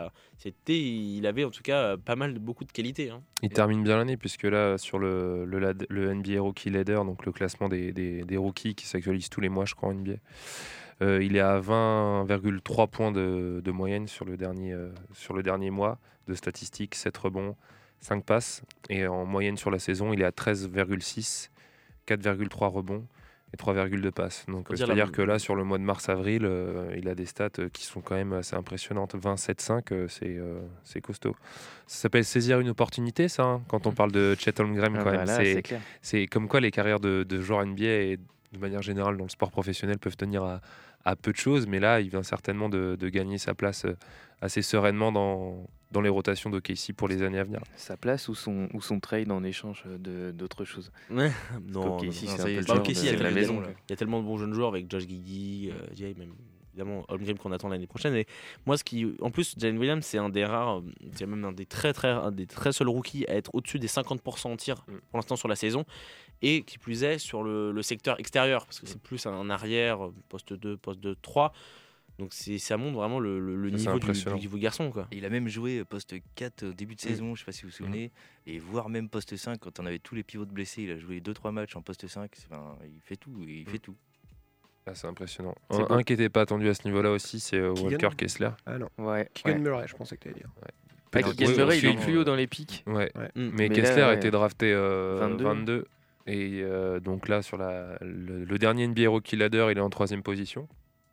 il avait en tout cas beaucoup de qualité. Il termine bien l'année, puisque là, sur le NBA Rookie Leader, donc le classement des rookies qui s'actualise tous les mois, je crois, en NBA. Il est à 20,3 points de moyenne sur le dernier mois de statistiques, 7 rebonds, 5 passes. Et en moyenne sur la saison, il est à 13,6, 4,3 rebonds et 3,2 passes. Donc c'est-à-dire que là, sur le mois de mars-avril, il a des stats qui sont quand même assez impressionnantes. 27,5, c'est costaud. Ça s'appelle saisir une opportunité, ça, quand on parle de Chet Holmgren. Quand même. Là, c'est clair. C'est comme quoi les carrières de joueurs NBA et de manière générale dans le sport professionnel peuvent tenir à peu de choses, mais là il vient certainement de gagner sa place assez sereinement dans les rotations d'OKC pour les années à venir. Sa place ou son trade en échange d'autres choses. Ouais. OKC, c'est la maison. Il y a tellement de bons jeunes joueurs avec Josh Giddey, même évidemment Holmgren qu'on attend l'année prochaine. Et moi, en plus, Jalen Williams, c'est un des rares, c'est même un des très seuls rookies à être au-dessus des 50% en tir pour l'instant sur la saison, et qui plus est sur le secteur extérieur, parce que c'est plus un arrière, poste 2, poste 2, 3. Donc ça montre vraiment le niveau du garçon, quoi. Et il a même joué poste 4 au début de saison, je sais pas si vous vous souvenez, et voire même poste 5 quand on avait tous les pivots de blessés. Il a joué 2-3 matchs en poste 5, il fait tout, et il fait tout. Ah, c'est impressionnant. Un qui n'était pas attendu à ce niveau-là aussi, c'est Walker Kessler. Ah non. Keegan Murray, je pensais que tu allais dire. Keegan Murray, il est plus haut dans les pics. Mais Kessler a été drafté 22. Et donc là, sur le dernier NBA Rookie Ladder, il est en 3e position.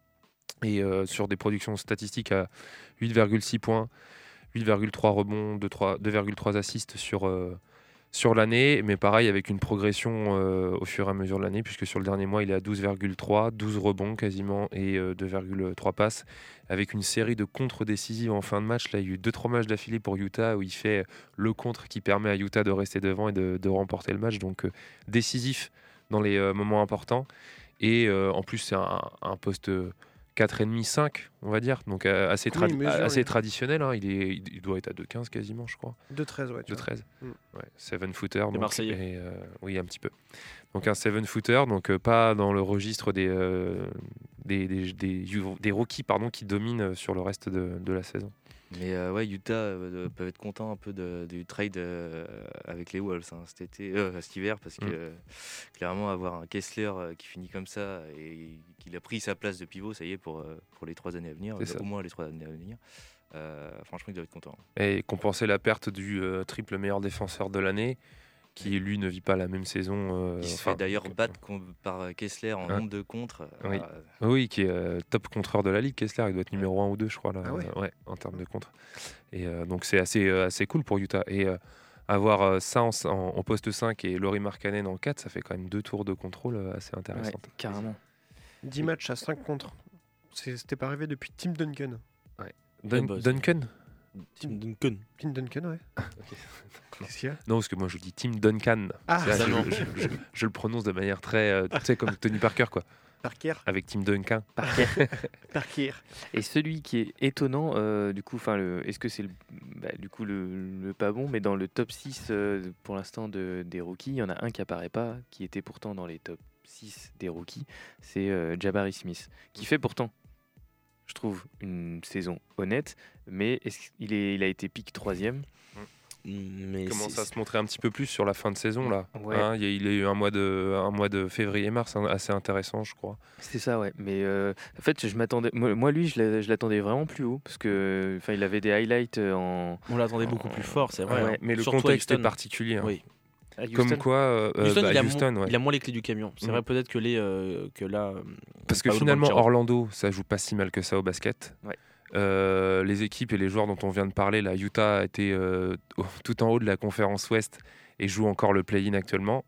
Et sur des productions statistiques à 8,6 points, 8,3 rebonds, 2,3 assists sur l'année, mais pareil avec une progression au fur et à mesure de l'année, puisque sur le dernier mois il est à 12,3, 12 rebonds quasiment et 2,3 passes, avec une série de contres décisives en fin de match. Là il y a eu 2-3 matchs d'affilée pour Utah où il fait le contre qui permet à Utah de rester devant et de remporter le match, donc décisif dans les moments importants. Et en plus c'est un poste 4,5-5 on va dire, donc assez traditionnel, hein. Il doit être à 2,15 quasiment, je crois. 2,13, ouais. 2,13. 7-footer. De Marseillais. Oui, un petit peu. Donc un 7-footer, donc pas dans le registre des rookies qui dominent sur le reste de la saison. Mais Utah peuvent être contents un peu du trade avec les Wolves cet hiver, parce que clairement avoir un Kessler qui finit comme ça et qu'il a pris sa place de pivot, ça y est, pour les 3 années à venir, au moins les 3 années à venir. Franchement, il doit être content. Et compenser la perte du triple meilleur défenseur de l'année, qui lui ne vit pas la même saison. Il se fait d'ailleurs battre par Kessler en nombre de contres. Oui, qui est top contreur de la ligue. Kessler, il doit être numéro 1 ou 2, je crois, là, en termes de contres. Et donc c'est assez cool pour Utah. Et avoir ça en poste 5 et Lauri Markkanen en 4, ça fait quand même 2 tours de contrôle assez intéressantes. Ouais, carrément. 10 matchs à 5 contre. C'était pas arrivé depuis Tim Duncan. Ouais. Duncan. Tim Duncan, ouais. Qu'est-ce qu'il y a? Non, parce que moi je dis Tim Duncan. Ah, ça, je le prononce de manière très, tu sais, comme Tony Parker, quoi. Parker. Avec Tim Duncan. Parker. Et celui qui est étonnant, du coup, est-ce que c'est le pas bon, mais dans le top 6 pour l'instant des rookies, il y en a un qui apparaît pas, qui était pourtant dans les top 6 des rookies, c'est Jabari Smith, qui fait pourtant, je trouve, une saison honnête, mais il a été pick 3e. Mais il commence à se montrer un petit peu plus sur la fin de saison là. Ouais. Hein, il a eu un mois de février-mars assez intéressant, je crois. C'est ça, ouais. Mais en fait, je m'attendais. Moi, lui, je l'attendais vraiment plus haut parce que, il avait des highlights en. On l'attendait beaucoup plus fort, c'est vrai. Ouais, mais le surtout contexte est particulier. Hein. Oui. Comme quoi, Houston, il a moins les clés du camion. C'est vrai, peut-être que là. Parce que finalement, Orlando, ça joue pas si mal que ça au basket. Ouais. Les équipes et les joueurs dont on vient de parler, là, Utah a été tout en haut de la conférence Ouest et joue encore le play-in actuellement.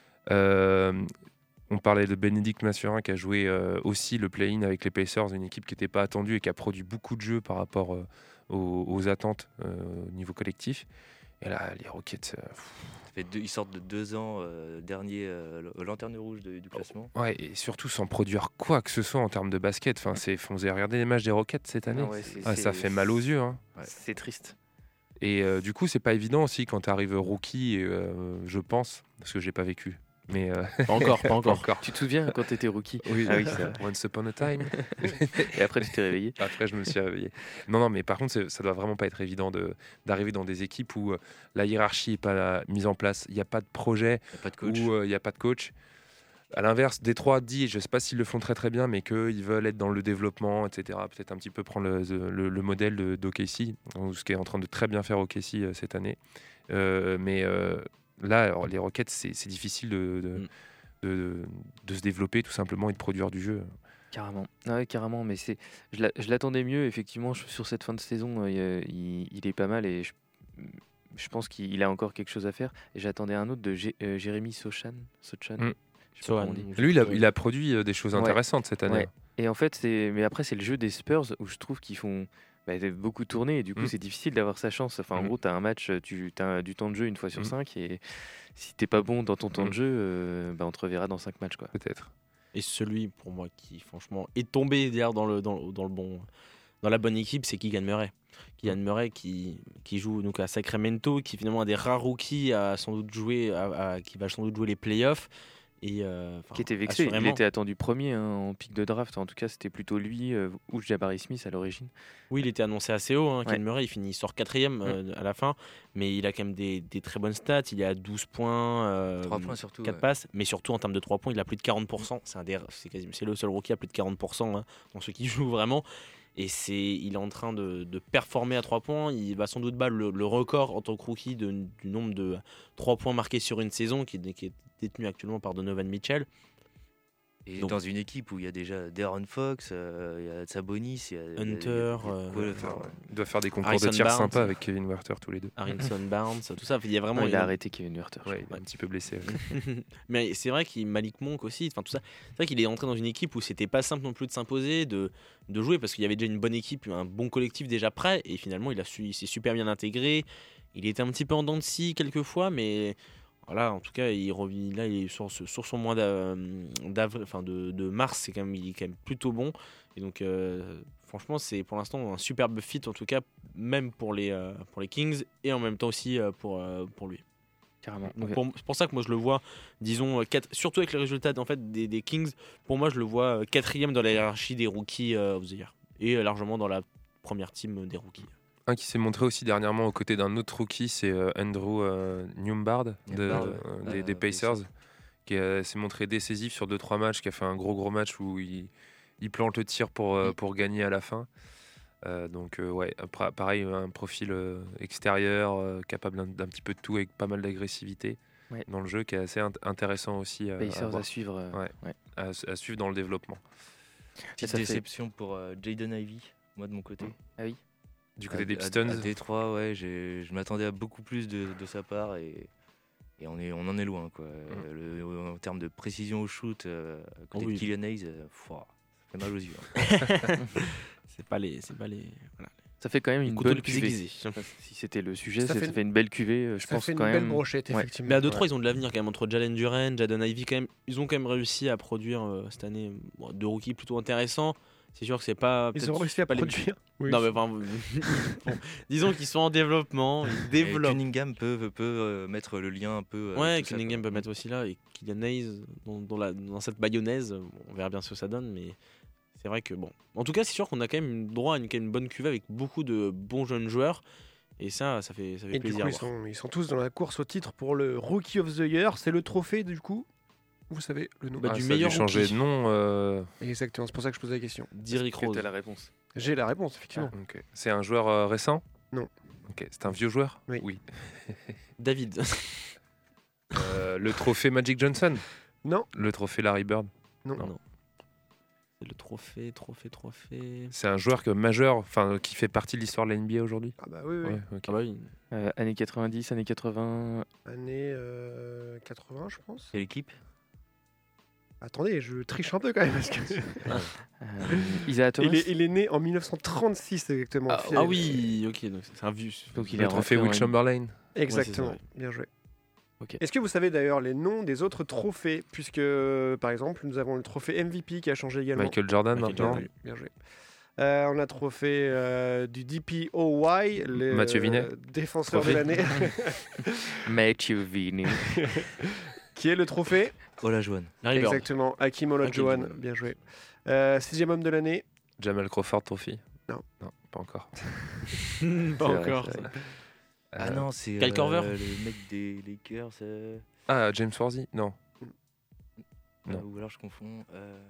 On parlait de Bénédicte Mathurin qui a joué aussi le play-in avec les Pacers, une équipe qui n'était pas attendue et qui a produit beaucoup de jeux par rapport aux attentes au niveau collectif. Et là, les Rockets... Ils sortent de 2 ans dernier lanterne rouge du classement. Ouais, et surtout sans produire quoi que ce soit en termes de basket. Enfin, vous avez regardé les matchs des Rockets cette année. Ça fait mal aux yeux. Hein. Ouais. C'est triste. Et du coup, c'est pas évident aussi quand tu arrives rookie, je pense, parce que j'ai pas vécu. Mais pas encore. Tu te souviens quand tu étais rookie? Oui, ça. Once upon a time. Et après, tu t'es réveillé? Après, je me suis réveillé. Non, mais par contre, ça doit vraiment pas être évident d'arriver dans des équipes où la hiérarchie n'est pas mise en place, il n'y a pas de projet, où il n'y a pas de coach. À l'inverse, Détroit dit, je ne sais pas s'ils le font très très bien, mais qu'ils veulent être dans le développement, etc. Peut-être un petit peu prendre le modèle d'OKC, ce qui est en train de très bien faire OKC cette année. Là, alors, les Rockets, c'est difficile de se développer tout simplement et de produire du jeu. Carrément. Ouais, carrément, mais je l'attendais mieux, effectivement, sur cette fin de saison, il est pas mal et je pense qu'il a encore quelque chose à faire. Et j'attendais un autre de Jérémy Sochan. Lui, il a produit des choses intéressantes cette année. Ouais. Et en fait, mais après, c'est le jeu des Spurs où je trouve qu'ils font beaucoup tourner et du coup c'est difficile d'avoir sa chance. Enfin, en gros, tu as un match, tu as du temps de jeu une fois sur 5 et si t'es pas bon dans ton temps de jeu, on te reverra dans 5 matchs, quoi. Peut-être. Et celui pour moi qui franchement est tombé d'ailleurs dans la bonne équipe, c'est Keegan Murray. Keegan Murray qui joue donc à Sacramento, qui finalement a des rares rookies qui va sans doute jouer les playoffs. Et qui était vexé, il était attendu premier en pick de draft, en tout cas c'était plutôt lui ou Jabari Smith à l'origine. Oui, il était annoncé assez haut, Keegan Murray, il sort 4e à la fin, mais il a quand même des très bonnes stats, il est à 12 points, 3 points surtout, 4 passes, mais surtout en termes de 3 points, il a plus de 40%, c'est le seul rookie à plus de 40% dans ceux qui jouent vraiment. Et il est en train de performer à 3 points. Il va sans doute battre le record en tant que rookie du nombre de 3 points marqués sur une saison qui est détenu actuellement par Donovan Mitchell. Et donc, dans une équipe où il y a déjà De'Aaron Fox, il y a Sabonis, il y a Hunter, il doit faire des concours de tir sympas avec Kevin Werther tous les deux. Harrison Barnes, tout ça. Il y a vraiment. Il a arrêté Kevin Werther. Ouais, il est un petit peu blessé. Mais c'est vrai qu'il Malik Monk aussi. Enfin tout ça. C'est vrai qu'il est entré dans une équipe où c'était pas simple non plus de s'imposer, de jouer parce qu'il y avait déjà une bonne équipe, un bon collectif déjà prêt. Et finalement, il s'est super bien intégré. Il était un petit peu en dents de scie quelquefois, mais voilà, en tout cas, il est sur son mois de mars, il est quand même plutôt bon. Et donc, franchement, c'est pour l'instant un superbe fit, en tout cas, même pour les Kings et en même temps aussi pour lui. Carrément. Donc c'est pour ça que moi je le vois, disons, surtout avec les résultats en fait, des Kings, pour moi je le vois 4e dans la hiérarchie des rookies of the year et largement dans la première team des rookies. Un qui s'est montré aussi dernièrement aux côtés d'un autre rookie, c'est Andrew Nembhard des Pacers, qui s'est montré décisif sur 2-3 matchs, qui a fait un gros match où il plante le tir pour gagner à la fin. Pareil, un profil extérieur, capable d'un petit peu de tout avec pas mal d'agressivité dans le jeu, qui est assez intéressant aussi à suivre. À suivre dans le développement. Petite déception pour Jaden Ivey, moi de mon côté. Ah oui. Du côté des Pistons. À Détroit, ouais, je m'attendais à beaucoup plus de sa part et on en est loin, quoi. En termes de précision au shoot, à côté de Killian Hayes, ça fait mal aux yeux. c'est pas les voilà. Ça fait quand même une bonne cuvée. Si c'était le sujet, ça fait une belle cuvée. Je pense fait quand une même. belle brochette, effectivement. Mais à 2-3, ils ont de l'avenir quand même entre Jalen Duren, Jaden Ivey quand même. Ils ont quand même réussi à produire cette année deux rookies plutôt intéressants. C'est sûr que c'est pas. Ils ont réussi à produire. Oui. Non mais bon, disons qu'ils sont en développement. Ils développent. Cunningham peut mettre le lien un peu. Ouais, Cunningham peut mettre aussi là et Killian Hayes dans cette mayonnaise. On verra bien ce que ça donne, mais. C'est vrai que bon. En tout cas, c'est sûr qu'on a quand même droit à une bonne cuvée avec beaucoup de bons jeunes joueurs. Et ça fait et plaisir. Du coup, ils sont tous dans la course au titre pour le Rookie of the Year. C'est le trophée, du coup. Vous savez le nom du meilleur rookie. Changer de nom. Exactement, c'est pour ça que je posais la question. Derrick Rose. T'as la réponse. J'ai la réponse, effectivement. Okay. C'est un joueur récent? Non. Ok. C'est un vieux joueur? Oui. David. Le trophée Magic Johnson? Non. Le trophée Larry Bird? Non. C'est le trophée. C'est un joueur majeur, qui fait partie de l'histoire de la NBA aujourd'hui. Ah bah oui. Ouais, okay. Ah bah oui. Années 90, années 80. Années 80, je pense. C'est l'équipe? Attendez, je triche un peu quand même. Parce que... Isaiah Thomas. Il est né en 1936 exactement. Ah oui, ok, donc c'est un vieux. Donc le trophée Will Chamberlain. Exactement, ouais, bien joué. Okay. Est-ce que vous savez d'ailleurs les noms des autres trophées? Puisque, par exemple, nous avons le trophée MVP qui a changé également. Michael Jordan maintenant. Bien joué. On a le trophée du DPOY, le Mathieu Vinet. Défenseur de l'année. Mathieu Vinet. Qui est le trophée? Olajuwon. Exactement, Hakeem Olajuwon, bien joué. 6e homme de l'année. Jamal Crawford Trophy. Non, pas encore. Pas encore. Ah non, c'est Kyle Korver, le mec des Lakers. Ah, James Worthy? Non. Ou alors je confonds.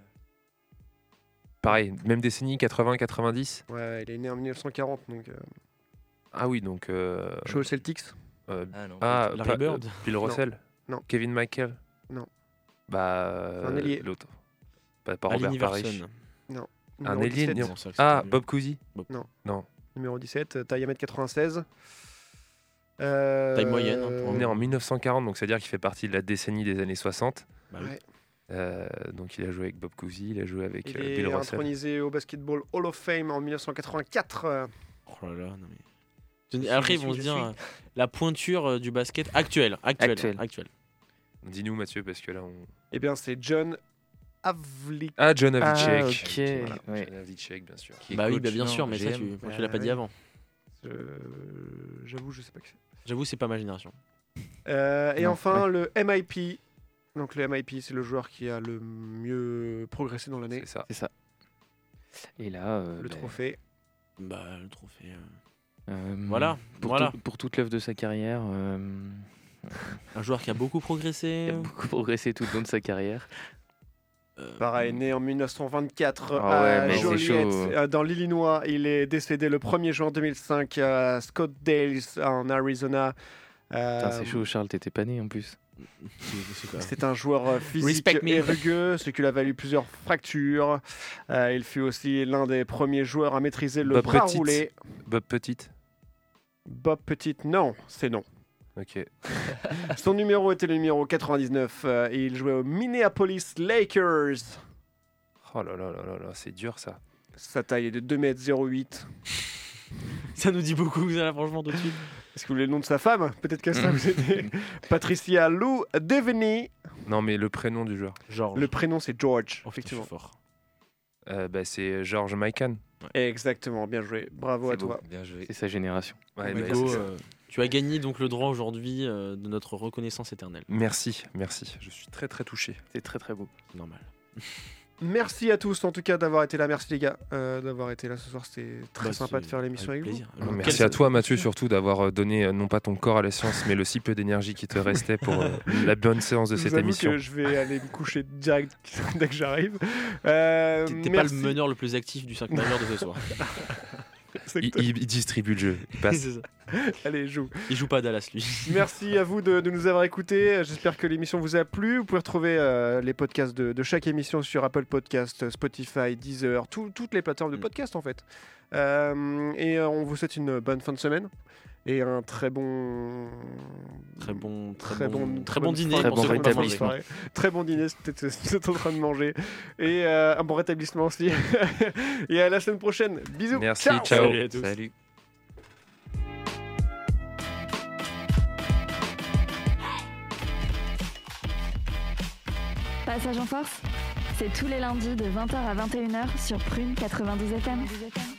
Pareil, même décennie, 80-90. Ouais, il est né en 1940, donc. Ah oui, donc. Joue aux Celtics. Larry Bird. Bill Russell. Non. Kevin McHale. Non. Un ailier. L'autre. Pas Robert Parrish. Non. Un Numéro ailier. 17. Bob Cousy. Non. Numéro 17, taille 1m96. Taille moyenne. Né en 1940, donc c'est-à-dire qu'il fait partie de la décennie des années 60. Bah oui. Donc il a joué avec Bob Cousy, il a joué avec Bill Russell. Il est intronisé au Basketball Hall of Fame en 1984. Oh là là, non mais... Après ils vont se dire la pointure du basket actuel. Dis-nous Mathieu, parce que là on... Eh bien c'est John Havlicek. Ah, John Havlicek. Ah, ok. Voilà. Ouais. John Havlicek, bien sûr. Bah oui, bien sûr, mais ça tu l'as pas dit avant. J'avoue, je sais pas que c'est. J'avoue, c'est pas ma génération. Et enfin, le MIP. Donc le MIP, c'est le joueur qui a le mieux progressé dans l'année. C'est ça. Et là, le trophée. Le trophée. Voilà. Pour toute l'œuvre de sa carrière. Un joueur qui a beaucoup progressé. Qui a beaucoup progressé tout le long de sa carrière. Pareil, né en 1924 à Joliet, dans l'Illinois. Il est décédé le 1er juin 2005 à Scottsdale, en Arizona. C'est chaud, Charles, t'étais pas né en plus. C'est un joueur physique et rugueux, ce qui lui a valu plusieurs fractures. Il fut aussi l'un des premiers joueurs à maîtriser le bras roulé. Bob Petit. Bob Petit, non, c'est non. Ok. Son numéro était le numéro 99 et il jouait aux Minneapolis Lakers. Oh là là là là là, c'est dur ça. Sa taille est de 2m08. Ça nous dit beaucoup, ça là, franchement, tout de suite. Est-ce que vous voulez le nom de sa femme? Peut-être que ça vous aide. Patricia Lou Devaney. Non, mais le prénom du joueur. George. Le prénom c'est George. Effectivement. Fort. C'est George Mikan. Ouais. Exactement, bien joué. Bravo à toi. Bien joué. C'est sa génération. Ouais, Hugo, tu as gagné donc le droit aujourd'hui de notre reconnaissance éternelle. Merci. Je suis très très touché. C'est très très beau. C'est normal. Merci à tous en tout cas d'avoir été là. Merci les gars d'avoir été là ce soir. C'était très sympa de faire l'émission avec vous. Merci à toi Mathieu surtout d'avoir donné non pas ton corps à la science mais le si peu d'énergie qui te restait pour la bonne séance de cette émission. Que je vais aller me coucher direct dès que j'arrive. T'es pas le meneur le plus actif du 5 majeur de ce soir. Il distribue le jeu. Il passe. Allez, joue. Il joue pas à Dallas, lui. Merci à vous de nous avoir écoutés. J'espère que l'émission vous a plu. Vous pouvez retrouver les podcasts de chaque émission sur Apple Podcasts, Spotify, Deezer, toutes les plateformes de podcast en fait. Et on vous souhaite une bonne fin de semaine. Et un très bon dîner. Très bon rétablissement. Très bon dîner, c'est peut-être ce que vous êtes en train de manger. Et un bon rétablissement aussi. Et à la semaine prochaine. Bisous. Merci, ciao. Salut à tous. Salut. Passage en force, c'est tous les lundis de 20h à 21h sur Prune 92 FM.